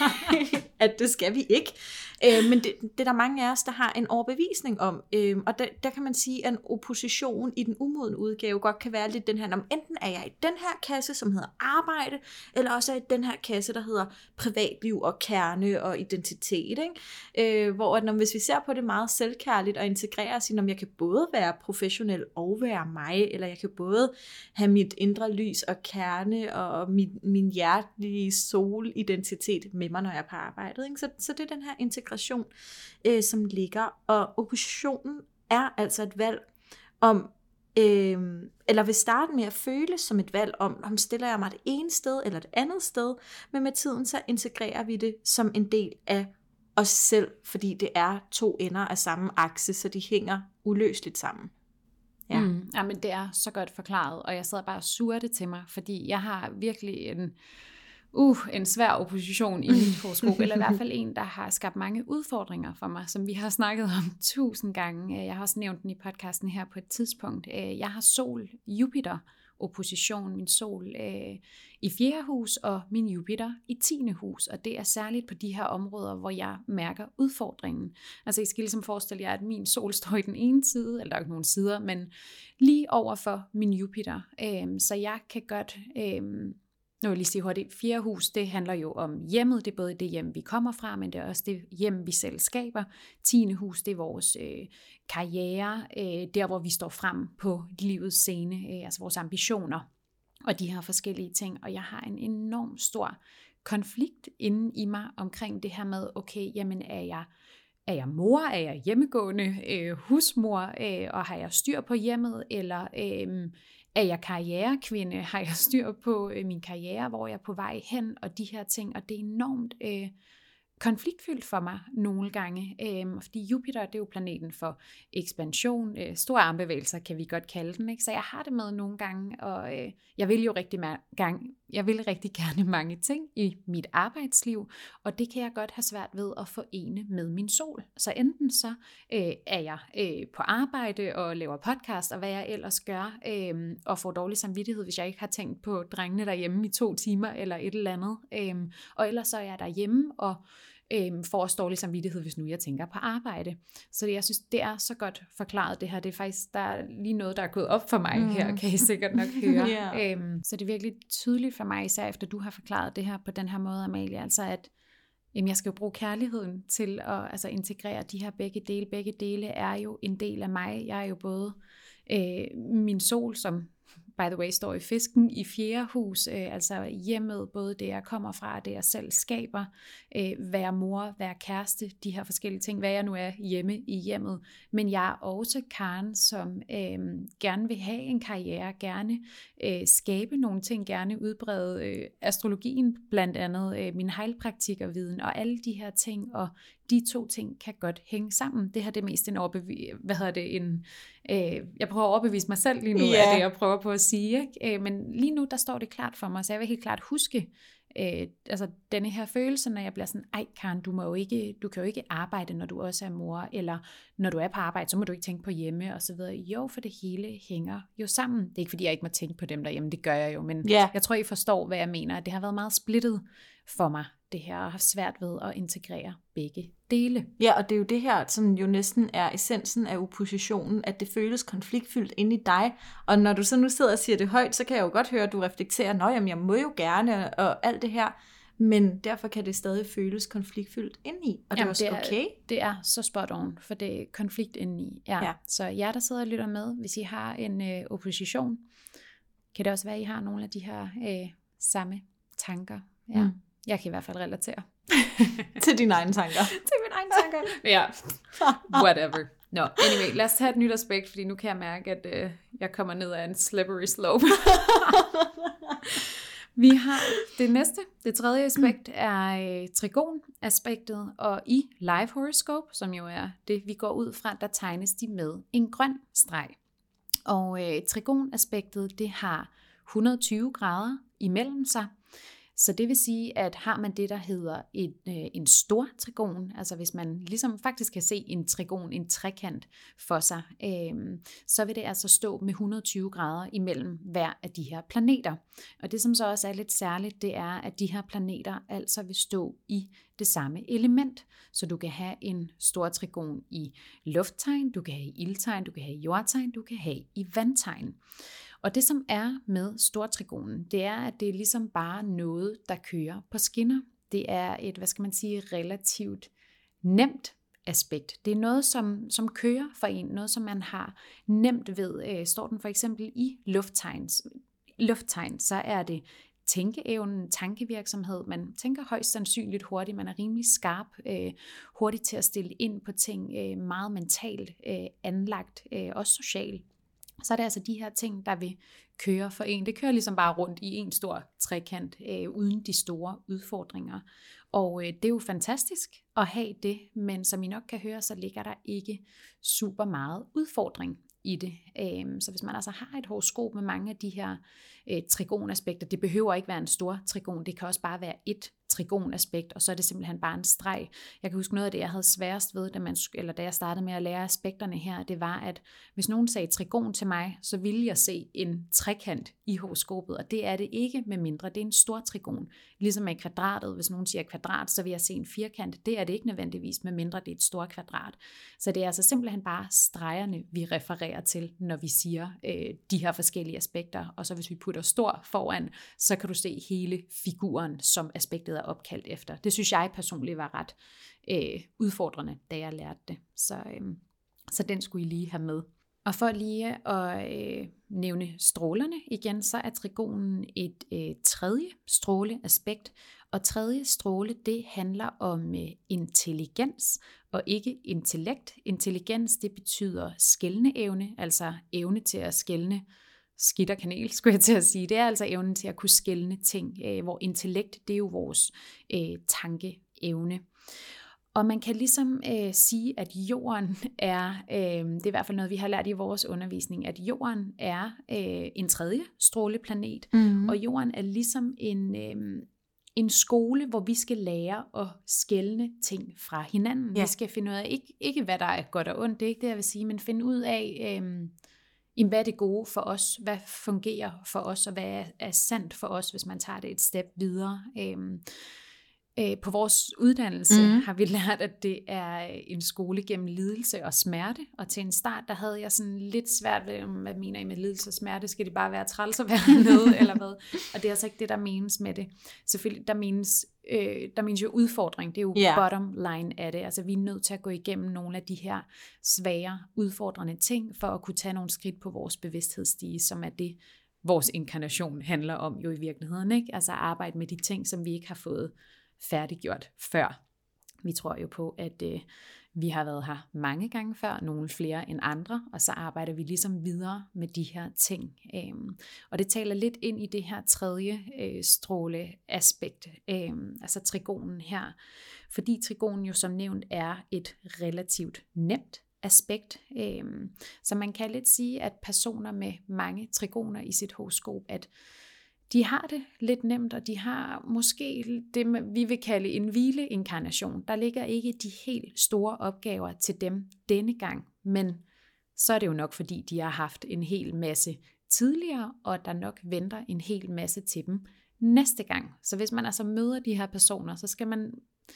at det skal vi ikke. Men det er der mange af os, der har en overbevisning om. Og der kan man sige, at en opposition i den umodne udgave godt kan være lidt den her, enten er jeg i den her kasse, som hedder arbejde, eller også er jeg i den her kasse, der hedder privatliv og kerne og identitet. Ikke? Hvor hvis vi ser på det meget selvkærligt og integrerer os i, jeg kan både være professionel og være mig, eller jeg kan både have mit indre lys og kerne og min hjertelige solidentitet med mig, når jeg er på arbejdet. Ikke? Så det er den her integration, som ligger, og oppositionen er altså et valg om, eller vil starte med at føles som et valg om stiller jeg mig det ene sted eller det andet sted, men med tiden så integrerer vi det som en del af os selv, fordi det er 2 ender af samme akse, så de hænger uløseligt sammen. Ja. Jamen det er så godt forklaret, og jeg sidder bare og suger det til mig, fordi jeg har virkelig en svær opposition i mit horoskop, eller i hvert fald en, der har skabt mange udfordringer for mig, som vi har snakket om 1000 gange. Jeg har også nævnt den i podcasten her på et tidspunkt. Jeg har Sol-Jupiter opposition, min sol i 4. hus og min Jupiter i 10. hus, og det er særligt på de her områder, hvor jeg mærker udfordringen. Altså I skal ligesom forestille jer, at min sol står i den ene side, eller der er ikke nogen sider, men lige over for min Jupiter, så jeg kan godt Nu vil jeg lige sige hurtigt, 4. hus, det handler jo om hjemmet, det er både det hjem, vi kommer fra, men det er også det hjem, vi selv skaber. 10. hus, det er vores karriere, der hvor vi står frem på livets scene, altså vores ambitioner og de her forskellige ting. Og jeg har en enorm stor konflikt inde i mig omkring det her med, okay, jamen er jeg mor, er jeg hjemmegående husmor, og har jeg styr på hjemmet, eller er jeg karrierekvinde, har jeg styr på min karriere, hvor jeg er på vej hen, og de her ting, og det er enormt konfliktfyldt for mig nogle gange, fordi Jupiter, det er jo planeten for ekspansion, store armbevægelser kan vi godt kalde den, ikke? Så jeg har det med nogle gange, og jeg vil jo rigtig gerne mange ting i mit arbejdsliv, og det kan jeg godt have svært ved at forene med min sol. Så enten så er jeg på arbejde og laver podcast, og hvad jeg ellers gør, og får dårlig samvittighed, hvis jeg ikke har tænkt på drengene derhjemme i 2 timer, eller et eller andet, og ellers så er jeg derhjemme, og får også dårlig samvittighed, hvis nu jeg tænker på arbejde. Så jeg synes, det er så godt forklaret det her. Det er faktisk, der er lige noget, der er gået op for mig her, kan I sikkert nok høre. Så det er virkelig tydeligt for mig, især efter du har forklaret det her på den her måde, Amalie, altså at jeg skal jo bruge kærligheden til at integrere de her begge dele. Begge dele er jo en del af mig. Jeg er jo både min sol, som by the way står i fisken i 4. hus, altså hjemmet, både det jeg kommer fra, det jeg selv skaber, være mor, være kæreste, de her forskellige ting, hvad jeg nu er hjemme i hjemmet. Men jeg er også Karen, som gerne vil have en karriere, gerne skabe nogle ting, gerne udbrede astrologien, blandt andet min heilpraktikerviden og alle de her ting, og de 2 ting kan godt hænge sammen. Det her det er mest en jeg prøver at overbevise mig selv lige nu, af det jeg prøver på at sige, ikke? Men lige nu, der står det klart for mig, så jeg vil helt klart huske denne her følelse, når jeg bliver sådan, ej Karen, du kan jo ikke arbejde, når du også er mor, eller når du er på arbejde, så må du ikke tænke på hjemme, og så videre. Jo, for det hele hænger jo sammen. Det er ikke, fordi jeg ikke må tænke på dem derhjemme, det gør jeg jo, men jeg tror, I forstår, hvad jeg mener. Det har været meget splittet for mig, det her, og har haft svært ved at integrere begge dele. Ja, og det er jo det her, som jo næsten er essensen af oppositionen, at det føles konfliktfyldt inde i dig, og når du så nu sidder og siger det højt, så kan jeg jo godt høre, at du reflekterer, jamen jeg må jo gerne, og alt det her, men derfor kan det stadig føles konfliktfyldt indeni, og det er også okay. Det er så spot on, for det er konflikt indeni. Ja. Så jer, der sidder og lytter med, hvis I har en opposition, kan det også være, at I har nogle af de her samme tanker. Ja. Jeg kan i hvert fald relatere. Til dine egne tanker. Til mine egne tanker. Ja, whatever. Anyway, lad os tage et nyt aspekt, fordi nu kan jeg mærke, at jeg kommer ned ad en slippery slope. Vi har det 3. aspekt er trigon-aspektet, og i live horoscope, som jo er det, vi går ud fra, der tegnes de med en grøn streg. Og trigon-aspektet, det har 120 grader imellem sig. Så det vil sige, at har man det, der hedder en stor trigon, altså hvis man ligesom faktisk kan se en trigon, en trekant for sig, så vil det altså stå med 120 grader imellem hver af de her planeter. Og det, som så også er lidt særligt, det er, at de her planeter altså vil stå i det samme element. Så du kan have en stor trigon i lufttegn, du kan have i ildtegn, du kan have i jordtegn, du kan have i vandtegn. Og det, som er med stortrigonen, det er, at det er ligesom bare noget, der kører på skinner. Det er et, relativt nemt aspekt. Det er noget, som kører for en, noget, som man har nemt ved. Står den for eksempel i lufttegn, så er det tænkeevnen, tankevirksomhed. Man tænker højst sandsynligt hurtigt, man er rimelig skarp, hurtigt til at stille ind på ting, meget mentalt anlagt, også socialt. Så er det altså de her ting, der vil køre for en. Det kører ligesom bare rundt i en stor trekant, uden de store udfordringer. Og det er jo fantastisk at have det, men som I nok kan høre, så ligger der ikke super meget udfordring i det. Så hvis man altså har et horoskop med mange af de her trigonaspekter, det behøver ikke være en stor trigon, det kan også bare være et trigonaspekt, og så er det simpelthen bare en streg. Jeg kan huske noget af det, jeg havde sværest ved, da jeg startede med at lære aspekterne her, det var, at hvis nogen sagde trigon til mig, så ville jeg se en trekant i horoskopet, og det er det ikke, med mindre det er en stor trigon. Ligesom med kvadratet, hvis nogen siger kvadrat, så vil jeg se en firkant. Det er det ikke nødvendigvis, med mindre det er et stort kvadrat. Så det er altså simpelthen bare stregerne, vi refererer til, når vi siger de her forskellige aspekter, og så hvis vi putter stor foran, så kan du se hele figuren, som aspektet er opkaldt efter. Det synes jeg personligt var ret udfordrende, da jeg lærte det. Så den skulle I lige have med. Og for lige at nævne strålerne igen, så er trigonen et tredje stråleaspekt. Og tredje stråle, det handler om intelligens og ikke intellekt. Intelligens, det betyder skelneevne, altså evne til at skelne skidt og kanel, skulle jeg til at sige. Det er altså evnen til at kunne skelne ting, hvor intellekt, det er jo vores tankeevne. Og man kan ligesom sige, at jorden er, det er i hvert fald noget, vi har lært i vores undervisning, at jorden er en tredje stråleplanet, og jorden er ligesom en skole, hvor vi skal lære at skelne ting fra hinanden. Vi skal finde ud af, ikke hvad der er godt og ondt, det er ikke det, jeg vil sige, men finde ud af, hvad er det gode for os, hvad fungerer for os, og hvad er sandt for os, hvis man tager det et step videre. På vores uddannelse har vi lært, at det er en skole gennem lidelse og smerte, og til en start, der havde jeg sådan lidt svært ved, hvad mener I med lidelse og smerte? Skal det bare være træls at være nede, eller hvad? Og det er altså ikke det, der menes med det. Selvfølgelig, der menes jo udfordring, det er jo bottom line af det. Altså vi er nødt til at gå igennem nogle af de her svære, udfordrende ting, for at kunne tage nogle skridt på vores bevidsthedsstige, som er det, vores inkarnation handler om jo i virkeligheden, ikke? Altså arbejde med de ting, som vi ikke har fået færdiggjort før. Vi tror jo på, at vi har været her mange gange før, nogle flere end andre, og så arbejder vi ligesom videre med de her ting. Og det taler lidt ind i det her tredje stråleaspekt, altså trigonen her, fordi trigonen jo som nævnt er et relativt nemt aspekt. Så man kan lidt sige, at personer med mange trigoner i sit horoskop, at de har det lidt nemt, og de har måske det, vi vil kalde en hvileinkarnation. Der ligger ikke de helt store opgaver til dem denne gang, men så er det jo nok, fordi de har haft en hel masse tidligere, og der nok venter en hel masse til dem næste gang. Så hvis man altså møder de her personer, så skal man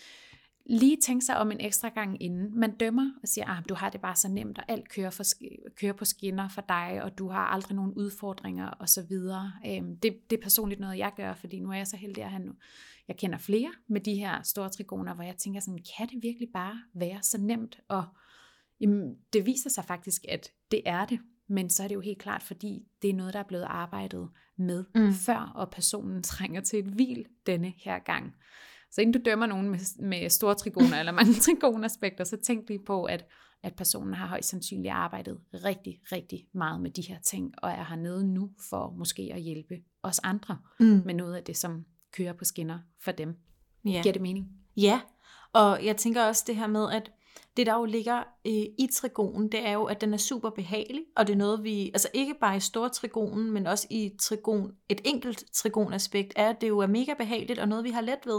lige tænke sig om en ekstra gang inden. Man dømmer og siger, du har det bare så nemt, og alt kører på skinner for dig, og du har aldrig nogen udfordringer osv. Det er personligt noget, jeg gør, fordi nu er jeg så heldig at jeg kender flere med de her store trigoner, hvor jeg tænker sådan, kan det virkelig bare være så nemt? Og det viser sig faktisk, at det er det, men så er det jo helt klart, fordi det er noget, der er blevet arbejdet med før, og personen trænger til et hvil denne her gang. Så inden du dømmer nogen med store trigoner eller mange trigonaspekter, så tænk lige på, at personen har højst sandsynligt arbejdet rigtig, rigtig meget med de her ting, og er hernede nu for måske at hjælpe os andre med noget af det, som kører på skinner for dem. Giver det mening? Ja, og jeg tænker også det her med, at det der jo ligger i trigonen, det er jo, at den er super behagelig, og det er noget vi, altså ikke bare i store trigonen, men også i trigon, et enkelt trigonaspekt, er, at det jo er mega behageligt, og noget vi har let ved.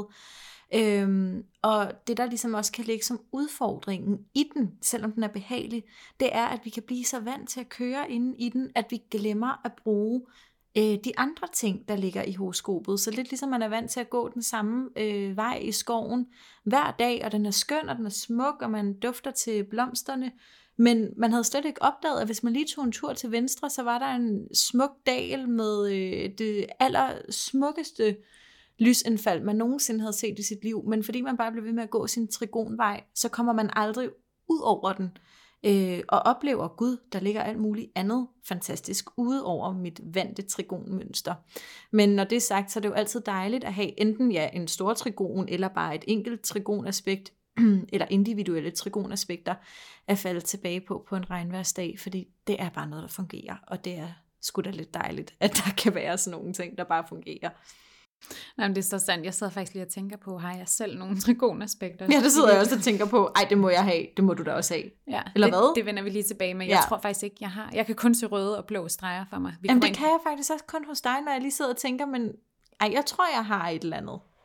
Og det der ligesom også kan ligge som udfordringen i den, selvom den er behagelig, det er, at vi kan blive så vant til at køre inde i den, at vi glemmer at bruge de andre ting, der ligger i horoskopet. Så lidt ligesom man er vant til at gå den samme vej i skoven hver dag, og den er skøn, og den er smuk, og man dufter til blomsterne. Men man havde slet ikke opdaget, at hvis man lige tog en tur til venstre, så var der en smuk dal med det allersmukkeste lysindfald, man nogensinde havde set i sit liv. Men fordi man bare blev ved med at gå sin trigonvej, så kommer man aldrig ud over den. Og oplever, Gud, der ligger alt muligt andet fantastisk ude over mit vante trigonmønster. Men når det er sagt, så er det jo altid dejligt at have enten en stor trigon, eller bare et enkelt trigonaspekt, eller individuelle trigonaspekter at falde tilbage på en regnvejrsdag, fordi det er bare noget, der fungerer, og det er sgu da lidt dejligt, at der kan være sådan nogle ting, der bare fungerer. Nej, men det er så sandt. Jeg sidder faktisk lige og tænker på, har jeg selv nogle trigonaspekter? Ja, det sidder jeg også og tænker på, det må jeg have, det må du da også have. Ja, eller hvad? Det vender vi lige tilbage med. Jeg tror faktisk ikke, jeg har. Jeg kan kun se røde og blå streger for mig. Jamen det kan jeg faktisk også kun hos dig, når jeg lige sidder og tænker, men jeg tror, jeg har et eller andet.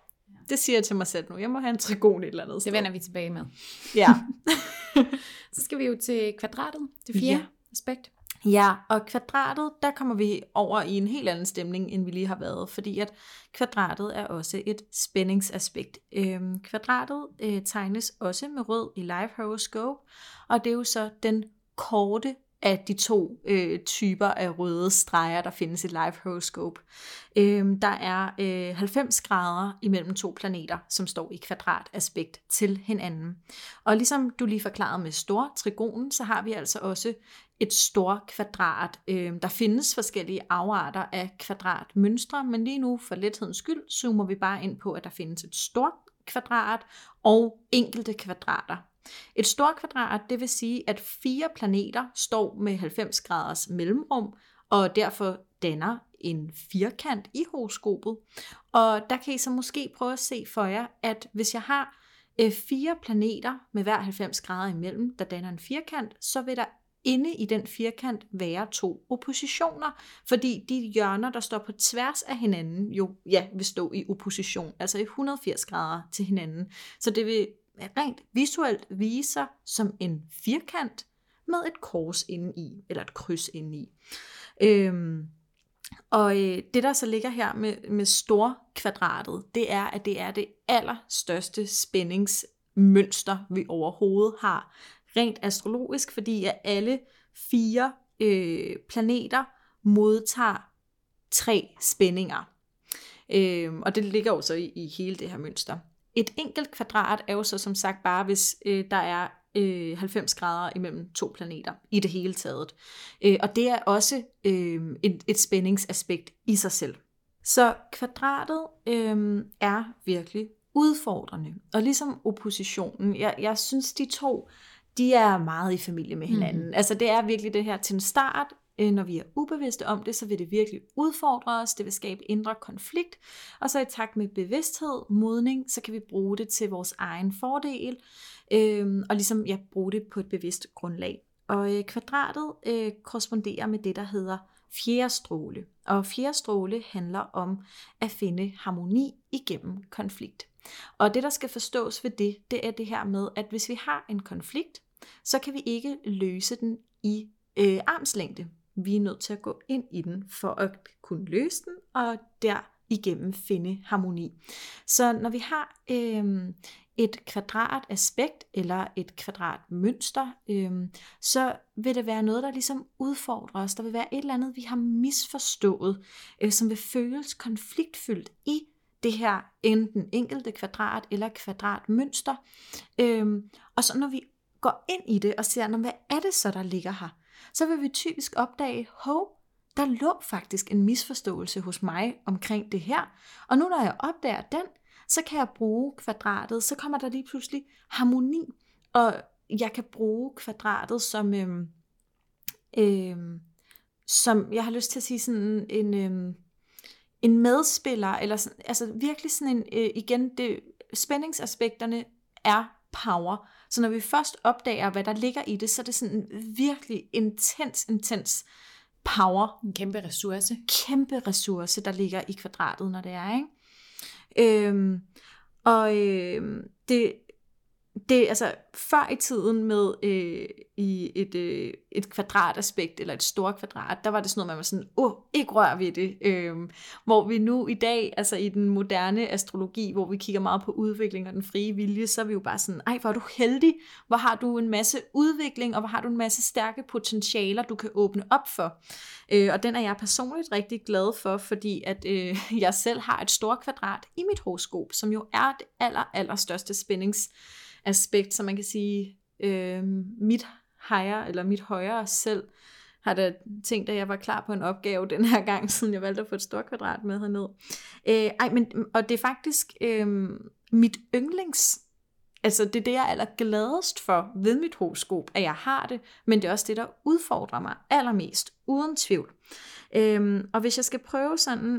Det siger jeg til mig selv nu. Jeg må have en trigon et eller andet sted. Det vender vi tilbage med. Ja. Så skal vi jo til kvadratet, det fjerde aspekt. Ja, og kvadratet, der kommer vi over i en helt anden stemning, end vi lige har været, fordi at kvadratet er også et spændingsaspekt. Kvadratet tegnes også med rød i Life Horoscope, og det er jo så den korte af de to typer af røde streger, der findes i Life Horoscope. Der er 90 grader imellem to planeter, som står i kvadrataspekt til hinanden. Og ligesom du lige forklarede med stor trigonen, så har vi altså også et stort kvadrat. Der findes forskellige afarter af kvadratmønstre, men lige nu for lethedens skyld zoomer vi bare ind på, at der findes et stort kvadrat og enkelte kvadrater. Et stort kvadrat, det vil sige, at 4 planeter står med 90 graders mellemrum, og derfor danner en firkant i horoskopet. Og der kan I så måske prøve at se for jer, at hvis jeg har 4 planeter med hver 90 grader imellem, der danner en firkant, så vil der inde i den firkant være 2 oppositioner, fordi de hjørner, der står på tværs af hinanden, jo vil stå i opposition, altså i 180 grader til hinanden. Så det vil rent visuelt vise sig som en firkant med et kors indeni, eller et kryds indeni. Og det der så ligger her med storkvadratet, det er, at det er det allerstørste spændingsmønster, vi overhovedet har. Rent astrologisk, fordi at alle 4 planeter modtager 3 spændinger. Og det ligger jo så i hele det her mønster. Et enkelt kvadrat er jo så som sagt bare, hvis der er 90 grader imellem 2 planeter i det hele taget. Og det er også et spændingsaspekt i sig selv. Så kvadratet er virkelig udfordrende. Og ligesom oppositionen, jeg synes de to, de er meget i familie med hinanden. Altså det er virkelig det her til en start. Når vi er ubevidste om det, så vil det virkelig udfordre os, det vil skabe indre konflikt, og så i takt med bevidsthed, modning, så kan vi bruge det til vores egen fordel, og ligesom bruge det på et bevidst grundlag. Og kvadratet korresponderer med det, der hedder fjerde stråle, og fjerde stråle handler om at finde harmoni igennem konflikt. Og det, der skal forstås ved det er det her med, at hvis vi har en konflikt, så kan vi ikke løse den i armslængde. Vi er nødt til at gå ind i den for at kunne løse den, og derigennem finde harmoni. Så når vi har et kvadrataspekt eller et kvadratmønster, så vil det være noget, der ligesom udfordrer os. Der vil være et eller andet, vi har misforstået, som vil føles konfliktfyldt i det her enten enkelte kvadrat eller kvadratmønster. Og så når vi går ind i det og ser, hvad er det så, der ligger her, så vil vi typisk opdage, der lå faktisk en misforståelse hos mig omkring det her. Og nu når jeg opdager den, så kan jeg bruge kvadratet, så kommer der lige pludselig harmoni. Og jeg kan bruge kvadratet som jeg har lyst til at sige sådan en medspiller, eller sådan, altså virkelig sådan igen, spændingsaspekterne er power. Så når vi først opdager, hvad der ligger i det, så er det sådan en virkelig intens power. En kæmpe ressource. Kæmpe ressource, der ligger i kvadratet, når det er, ikke? Det altså før i tiden med i et kvadrataspekt eller et stort kvadrat, der var det sådan noget, man var sådan, ikke rør ved det. Hvor vi nu i dag, altså i den moderne astrologi, hvor vi kigger meget på udvikling og den frie vilje, så er vi jo bare sådan, hvor er du heldig, hvor har du en masse udvikling, og hvor har du en masse stærke potentialer, du kan åbne op for. Og den er jeg personligt rigtig glad for, fordi at jeg selv har et stort kvadrat i mit horoskop, som jo er det allerstørste spændingsaspekt, så man kan sige, mit højere selv har da tænkt, at jeg var klar på en opgave den her gang, siden jeg valgte at få et stort kvadrat med herned. Og det er faktisk mit yndlings, altså det er det, jeg er allergladest for ved mit horoskop, at jeg har det, men det er også det, der udfordrer mig allermest, uden tvivl. Og hvis jeg skal prøve sådan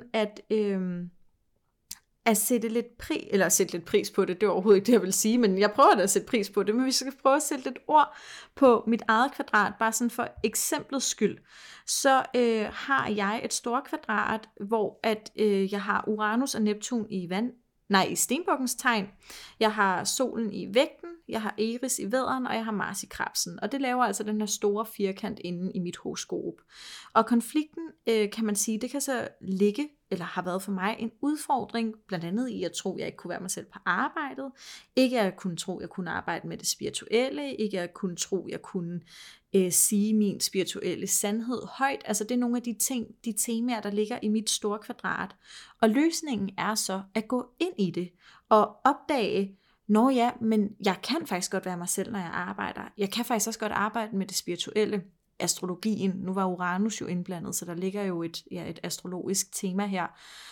at sætte lidt pris på det, det er overhovedet ikke det, jeg vil sige, men jeg prøver da at sætte pris på det, men hvis jeg skal prøve at sætte lidt ord på mit eget kvadrat, bare sådan for eksemplets skyld, så har jeg et stort kvadrat, hvor at jeg har Uranus og Neptun i i stenbukkens tegn. Jeg har solen i vægten, jeg har Eris i vædderen, og jeg har Mars i krebsen. Og det laver altså den her store firkant inde i mit horoskop. Og konflikten, kan man sige, det kan så ligge, eller har været for mig en udfordring, blandt andet i at tro, at jeg ikke kunne være mig selv på arbejdet, ikke at kunne tro, at jeg kunne arbejde med det spirituelle, ikke at kunne tro, at jeg kunne sige min spirituelle sandhed højt. Altså det er nogle af de temaer, der ligger i mit store kvadrat. Og løsningen er så at gå ind i det og opdage, men jeg kan faktisk godt være mig selv, når jeg arbejder. Jeg kan faktisk også godt arbejde med det spirituelle. Astrologien, nu var Uranus jo indblandet, så der ligger jo et astrologisk tema her.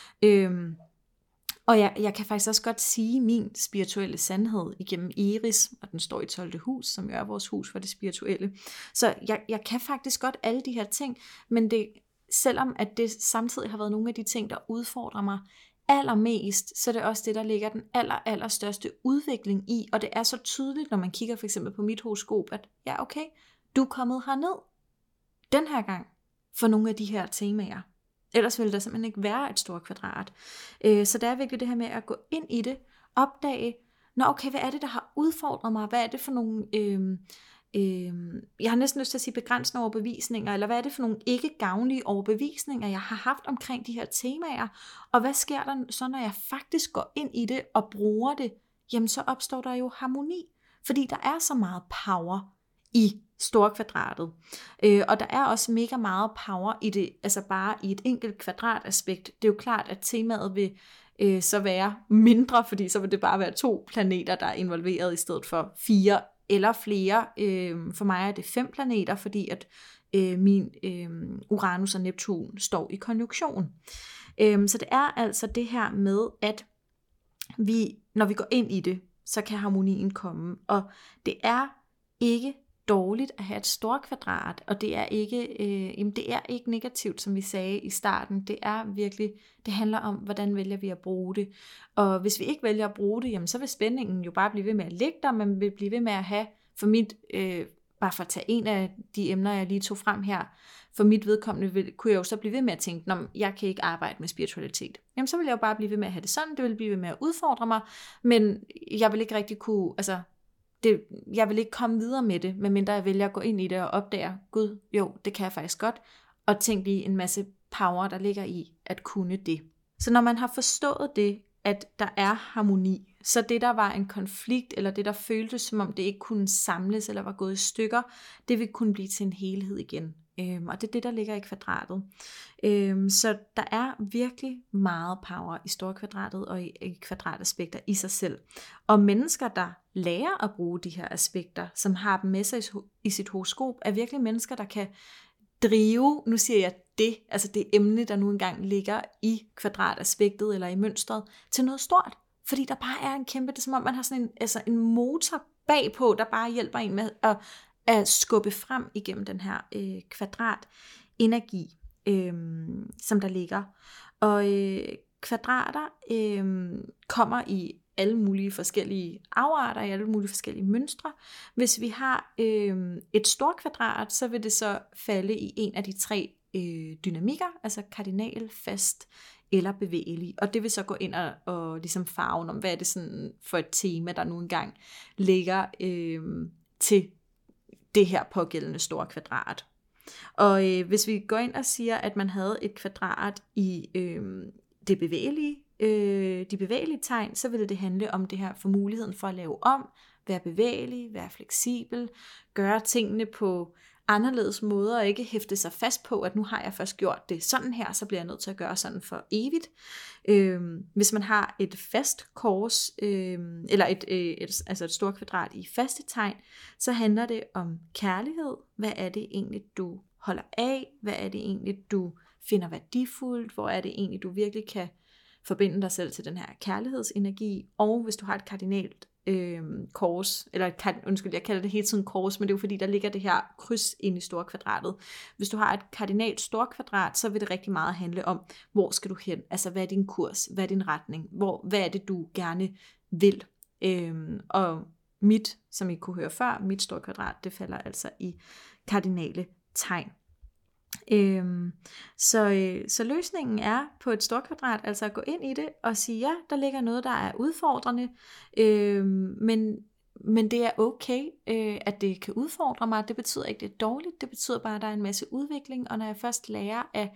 Og jeg kan faktisk også godt sige min spirituelle sandhed igennem Eris, og den står i 12. hus, som jo er vores hus for det spirituelle. Så jeg kan faktisk godt alle de her ting, men selvom at det samtidig har været nogle af de ting, der udfordrer mig allermest, så er det også det, der ligger den allerstørste udvikling i, og det er så tydeligt, når man kigger for eksempel på mit horoskop, at ja, okay, du er kommet herned den her gang for nogle af de her temaer. Ellers ville der simpelthen ikke være et stort kvadrat. Så det er virkelig det her med at gå ind i det, opdage, hvad er det, der har udfordret mig? Hvad er det for nogle, jeg har næsten lyst til at sige begrænsende overbevisninger, eller hvad er det for nogle ikke gavnlige overbevisninger, jeg har haft omkring de her temaer? Og hvad sker der så, når jeg faktisk går ind i det og bruger det? Jamen så opstår der jo harmoni, fordi der er så meget power i storkvadratet. Og der er også mega meget power i det, altså bare i et enkelt kvadrataspekt. Det er jo klart, at temaet vil så være mindre, fordi så vil det bare være 2 planeter, der er involveret i stedet for 4 eller flere. For mig er det 5 planeter, fordi at min Uranus og Neptun står i konjunktion. Så det er altså det her med, at når vi går ind i det, så kan harmonien komme. Og det er ikke dårligt at have et stort kvadrat, og det er ikke negativt, som vi sagde i starten. Det er virkelig, det handler om, hvordan vælger vi at bruge det. Og hvis vi ikke vælger at bruge det, jamen, så vil spændingen jo bare blive ved med at ligge der, man vil blive ved med at have, for mit, bare for at tage en af de emner, jeg lige tog frem her, for mit vedkommende kunne jeg jo så blive ved med at tænke, jeg kan ikke arbejde med spiritualitet. Jamen så vil jeg jo bare blive ved med at have det sådan, det vil blive ved med at udfordre mig, men jeg vil ikke rigtig kunne, jeg vil ikke komme videre med det, medmindre jeg vælger at gå ind i det og opdage, gud, jo, det kan jeg faktisk godt, og tænke lige en masse power, der ligger i at kunne det. Så når man har forstået det, at der er harmoni, så det, der var en konflikt, eller det, der føltes, som om det ikke kunne samles, eller var gået i stykker, det vil kunne blive til en helhed igen. Og det er det, der ligger i kvadratet. Så der er virkelig meget power i storkvadratet og i kwadrataspekter i sig selv. Og mennesker, der lærer at bruge de her aspekter, som har dem med sig i sit horoskop, er virkelig mennesker, der kan drive, nu siger jeg det, altså det emne, der nu engang ligger i kwadrataspektet eller i mønstret, til noget stort. Fordi der bare er en kæmpe, det er som om man har sådan en motor bagpå, der bare hjælper en med at skubbe frem igennem den her kvadratenergi, som der ligger. Og kvadrater kommer i alle mulige forskellige afarter, i alle mulige forskellige mønstre. Hvis vi har et stort kvadrat, så vil det så falde i en af de 3 dynamikker, altså kardinal, fast eller bevægelig. Og det vil så gå ind og ligesom farven om, hvad er det sådan for et tema, der nu engang ligger til det her pågældende store kvadrat. Og hvis vi går ind og siger, at man havde et kvadrat i de bevægelige tegn, så vil det handle om det her for muligheden for at lave om, være bevægelig, være fleksibel, gøre tingene på anderledes måder, og ikke hæfte sig fast på, at nu har jeg først gjort det sådan her, så bliver jeg nødt til at gøre sådan for evigt. Hvis man har et fast kors, eller et stort kvadrat i faste tegn, så handler det om kærlighed. Hvad er det egentlig, du holder af? Hvad er det egentlig, du finder værdifuldt? Hvor er det egentlig, du virkelig kan forbinde dig selv til den her kærlighedsenergi? Og hvis du har et kardinalt kors, eller jeg kalder det hele tiden kors, men det er jo fordi, der ligger det her kryds inde i storkvadratet. Hvis du har et kardinalt storkvadrat, så vil det rigtig meget handle om, hvor skal du hen? Altså, hvad er din kurs? Hvad er din retning? Hvad er det, du gerne vil? Og som I kunne høre før, mit storkvadrat, det falder altså i kardinale tegn. Så løsningen er på et stort kvadrat, altså at gå ind i det og sige, ja, der ligger noget, der er udfordrende, men det er okay, at det kan udfordre mig. Det betyder ikke, det er dårligt, det betyder bare, at der er en masse udvikling, og når jeg først lærer at,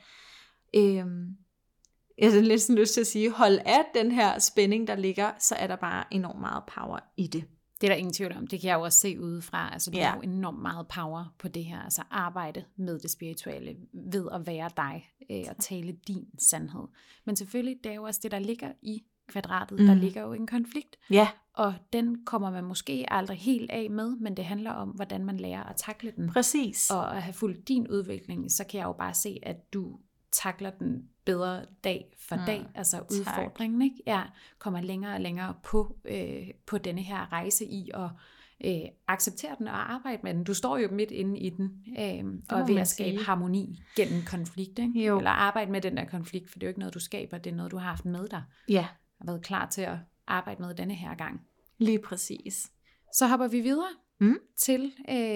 jeg har lidt lyst til at sige, hold af den her spænding, der ligger, så er der bare enormt meget power i det. Det er der ingen tvivl om. Det kan jeg jo også se udefra. Altså, du har jo enormt meget power på det her. Altså arbejde med det spirituelle, ved at være dig, og tale din sandhed. Men selvfølgelig, det er jo også det, der ligger i kvadratet. Der ligger jo en konflikt. Ja. Og den kommer man måske aldrig helt af med, men det handler om, hvordan man lærer at takle den. Præcis. Og at have fulgt din udvikling, så kan jeg jo bare se, at du takler den bedre dag for dag, altså udfordringen, ikke? Jeg kommer længere og længere på denne her rejse i at acceptere den og arbejde med den. Du står jo midt inde i den, og er ved at skabe harmoni gennem konflikt, ikke? Eller arbejde med den der konflikt, for det er jo ikke noget, du skaber, det er noget, du har haft med dig. Ja. Og været klar til at arbejde med denne her gang. Lige præcis. Så hopper vi videre til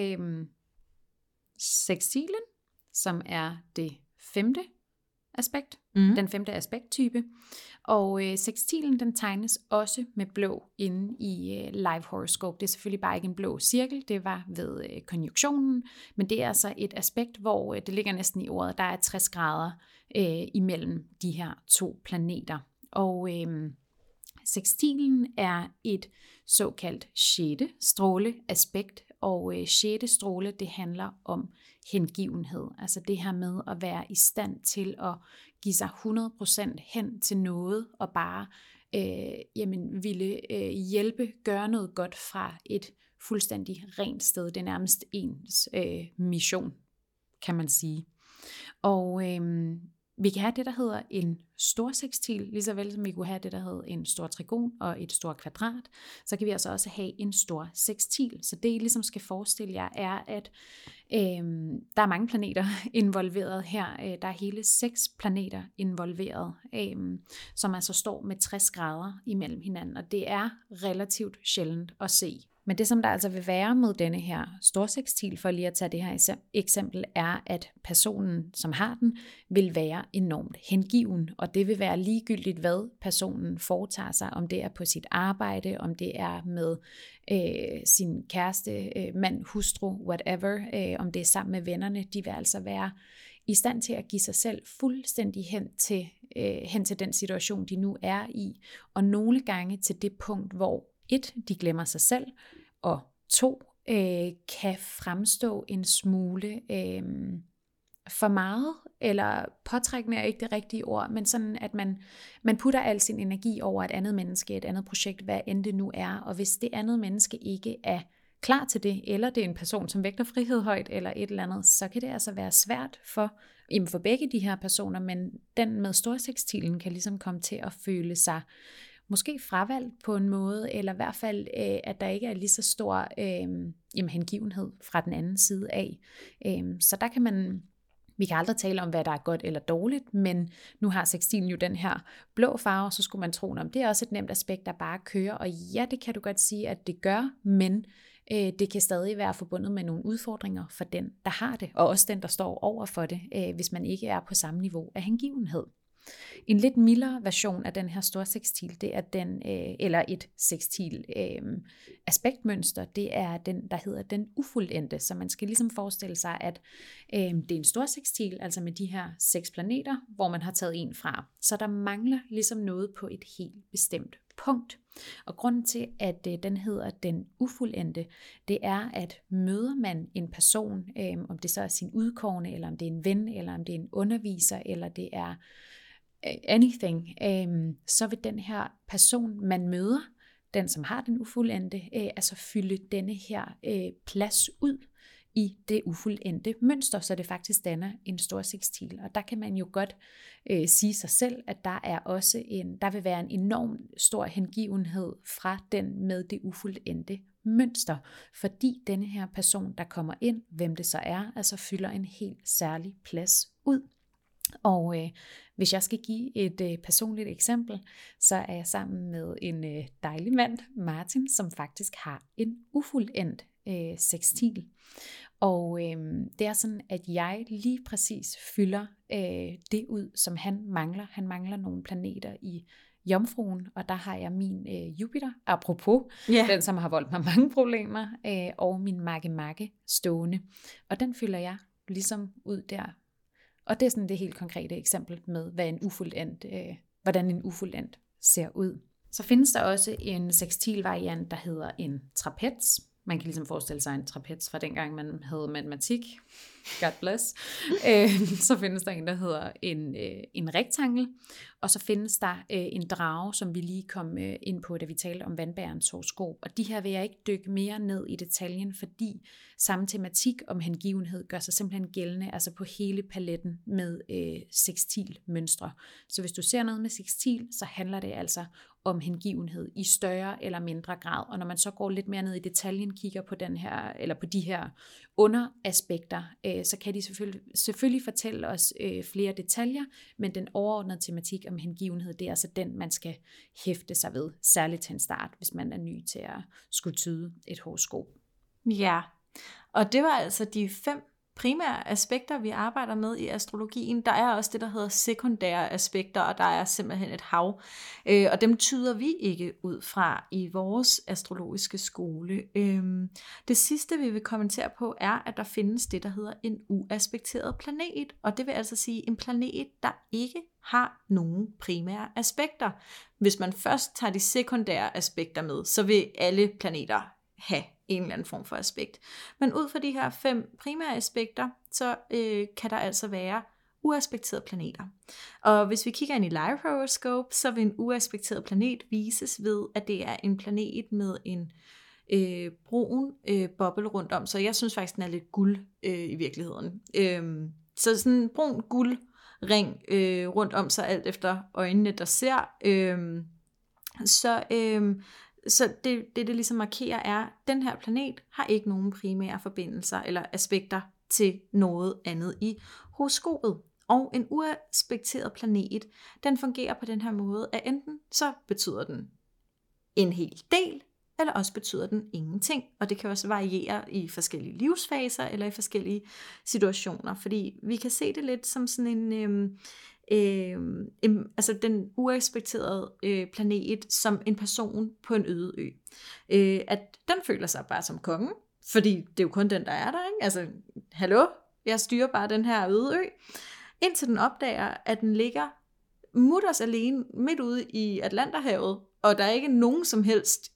sekstilen, som er det 5. aspekt, den 5. aspekttype. Og sekstilen, den tegnes også med blå inde i live horoscope. Det er selvfølgelig bare ikke en blå cirkel, det var ved konjunktionen, men det er altså et aspekt, hvor det ligger næsten i ordet, der er 60 grader imellem de her 2 planeter. Og sekstilen er et såkaldt 6. stråle aspekt, og 6. stråle, det handler om hengivenhed. Altså det her med at være i stand til at give sig 100% hen til noget, og bare ville hjælpe, gøre noget godt fra et fuldstændig rent sted. Det er nærmest ens mission, kan man sige. Og vi kan have det, der hedder en stor sekstil, lige så vel som vi kunne have det, der hedder en stor trigon og et stort kvadrat. Så kan vi altså også have en stor sekstil. Så det, I ligesom skal forestille jer, er, at der er mange planeter involveret her. Der er hele 6 planeter involveret, som altså står med 60 grader imellem hinanden. Og det er relativt sjældent at se. Men det, som der altså vil være med denne her storsekstil, for lige at tage det her eksempel, er, at personen, som har den, vil være enormt hengiven. Og det vil være ligegyldigt, hvad personen foretager sig, om det er på sit arbejde, om det er med sin kæreste, mand, hustru, whatever, om det er sammen med vennerne. De vil altså være i stand til at give sig selv fuldstændig hen til den situation, de nu er i. Og nogle gange til det punkt, hvor 1, de glemmer sig selv, og 2, kan fremstå en smule for meget, eller påtrækkende er ikke det rigtige ord, men sådan, at man putter al sin energi over et andet menneske, et andet projekt, hvad end det nu er, og hvis det andet menneske ikke er klar til det, eller det er en person, som vægter frihed højt, eller et eller andet, så kan det altså være svært for begge de her personer, men den med storsekstilen kan ligesom komme til at føle sig måske fravalgt på en måde, eller i hvert fald, at der ikke er lige så stor hengivenhed fra den anden side af. Så der kan vi kan aldrig tale om, hvad der er godt eller dårligt, men nu har sekstilen jo den her blå farve, så skulle man tro, om det er også et nemt aspekt, der bare kører, og ja, det kan du godt sige, at det gør, men det kan stadig være forbundet med nogle udfordringer for den, der har det, og også den, der står over for det, hvis man ikke er på samme niveau af hengivenhed. En lidt mildere version af den her store sekstil, det er eller et sekstil aspektmønster, det er den, der hedder den ufuldendte. Så man skal ligesom forestille sig, at det er en stor sekstil, altså med de her 6 planeter, hvor man har taget en fra. Så der mangler ligesom noget på et helt bestemt punkt. Og grunden til, at den hedder den ufuldendte, det er, at møder man en person, om det så er sin udkårne, eller om det er en ven, eller om det er en underviser, eller det er anything, så vil den her person, man møder, den som har den ufuldendte, altså fylde denne her plads ud i det ufuldendte mønster, så det faktisk danner en stor sekstil. Og der kan man jo godt sige sig selv, at der vil være en enorm stor hengivenhed fra den med det ufuldendte mønster, fordi denne her person, der kommer ind, hvem det så er, altså fylder en helt særlig plads ud. Og hvis jeg skal give et personligt eksempel, så er jeg sammen med en dejlig mand, Martin, som faktisk har en ufuldendt sekstil. Og det er sådan, at jeg lige præcis fylder det ud, som han mangler. Han mangler nogle planeter i Jomfruen, og der har jeg min Jupiter, apropos, den som har voldt mig mange problemer, og min Magge stående. Og den fylder jeg ligesom ud der. Og det er sådan det helt konkrete eksempel med, hvordan en ufuldendt ser ud. Så findes der også en sextil variant, der hedder en trapez. Man kan ligesom forestille sig en trapez fra dengang, man havde matematik. God bless. Så findes der en, der hedder en rektangel. Og så findes der en drage, som vi lige kom ind på, da vi talte om vandbærens horoskop. Og de her vil jeg ikke dykke mere ned i detaljen, fordi samme tematik om hengivenhed gør sig simpelthen gældende, altså på hele paletten med sextilmønstre. Så hvis du ser noget med sextil, så handler det altså om hengivenhed i større eller mindre grad. Og når man så går lidt mere ned i detaljen, kigger på den her, eller på de her underaspekter, så kan de selvfølgelig fortælle os flere detaljer, men den overordnede tematik om hengivenhed, det er altså den, man skal hæfte sig ved, særligt til en start, hvis man er ny til at skulle tyde et horoskop. Ja, og det var altså de 5 primære aspekter, vi arbejder med i astrologien. Der er også det, der hedder sekundære aspekter, og der er simpelthen et hav. Og dem tyder vi ikke ud fra i vores astrologiske skole. Det sidste, vi vil kommentere på, er, at der findes det, der hedder en uaspekteret planet. Og det vil altså sige en planet, der ikke har nogen primære aspekter. Hvis man først tager de sekundære aspekter med, så vil alle planeter have en eller anden form for aspekt. Men ud fra de her 5 primære aspekter, så kan der altså være uaspekterede planeter. Og hvis vi kigger ind i live horoscope, så vil en uaspekteret planet vises ved, at det er en planet med en brun boble rundt om. Så jeg synes faktisk, den er lidt guld i virkeligheden. Så sådan en brun guld ring rundt om sig, alt efter øjnene, der ser. Så det ligesom markerer er, at den her planet har ikke nogen primære forbindelser eller aspekter til noget andet i horoskopet. Og en uaspekteret planet, den fungerer på den her måde, at enten så betyder den en hel del, eller også betyder den ingenting. Og det kan også variere i forskellige livsfaser eller i forskellige situationer, fordi vi kan se det lidt som sådan altså den uaspekterede planet som en person på en øde ø. At den føler sig bare som kongen, fordi det er jo kun den, der er der, ikke? Altså, hallo, jeg styrer bare den her øde ø, indtil den opdager, at den ligger mutters alene midt ude i Atlanterhavet, og der er ikke nogen som helst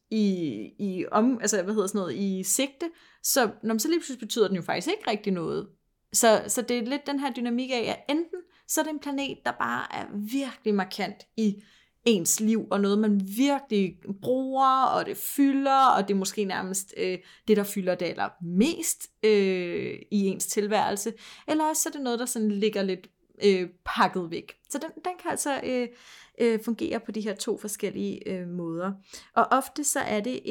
i sigte, så lige pludselig betyder den jo faktisk ikke rigtig noget. Så det er lidt den her dynamik af, at enten så er det en planet, der bare er virkelig markant i ens liv, og noget, man virkelig bruger, og det fylder, og det er måske nærmest det, der fylder det allermest i ens tilværelse, eller også så er det noget, der sådan ligger lidt pakket væk. Så den kan altså fungere på de her 2 forskellige måder. Og ofte så er det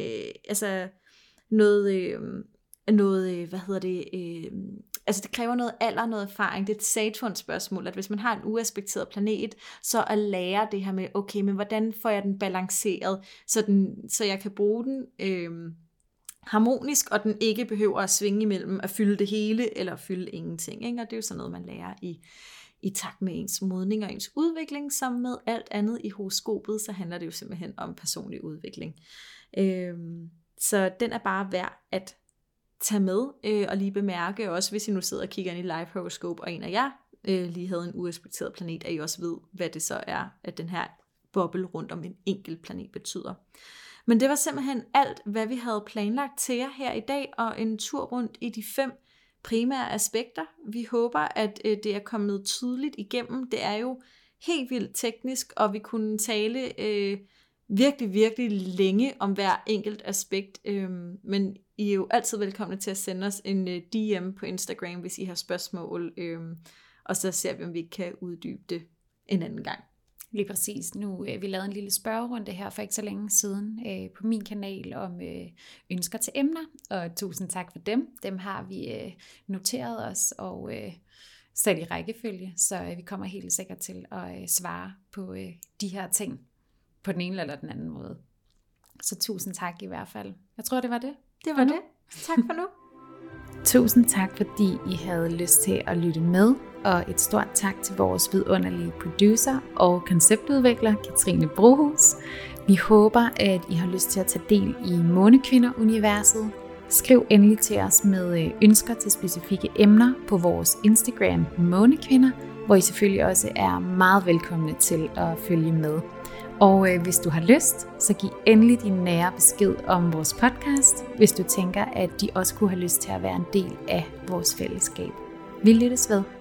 altså det kræver noget alder, noget erfaring. Det er et Saturn-spørgsmål, at hvis man har en uaspekteret planet, så at lære det her med, okay, men hvordan får jeg den balanceret, så jeg kan bruge den harmonisk, og den ikke behøver at svinge imellem at fylde det hele, eller at fylde ingenting. Ikke? Og det er jo sådan noget, man lærer i takt med ens modning og ens udvikling, som med alt andet i horoskopet, så handler det jo simpelthen om personlig udvikling. Så den er bare værd at tage med og lige bemærke, også hvis I nu sidder og kigger ind i live horoscope, og en af jer lige havde en uaspekteret planet, at I også ved, hvad det så er, at den her boble rundt om en enkelt planet betyder. Men det var simpelthen alt, hvad vi havde planlagt til jer her i dag, og en tur rundt i de 5 primære aspekter. Vi håber, at det er kommet tydeligt igennem. Det er jo helt vildt teknisk, og vi kunne tale virkelig, virkelig længe om hver enkelt aspekt, men I er jo altid velkomne til at sende os en DM på Instagram, hvis I har spørgsmål, og så ser vi, om vi kan uddybe det en anden gang. Lige præcis. Nu vi lavede en lille spørgerunde her for ikke så længe siden på min kanal om ønsker til emner, og tusind tak for dem. Dem har vi noteret os og sat i rækkefølge, så vi kommer helt sikkert til at svare på de her ting på den ene eller den anden måde. Så tusind tak i hvert fald. Jeg tror, det var det. Det var det. Tak for nu. Tusind tak, fordi I havde lyst til at lytte med, og et stort tak til vores vidunderlige producer og konceptudvikler, Katrine Brohus. Vi håber, at I har lyst til at tage del i Månekvinder-universet. Skriv endelig til os med ønsker til specifikke emner på vores Instagram Månekvinder, hvor I selvfølgelig også er meget velkomne til at følge med. Og hvis du har lyst, så giv endelig din nære besked om vores podcast, hvis du tænker, at de også kunne have lyst til at være en del af vores fællesskab. Vi lyttes ved.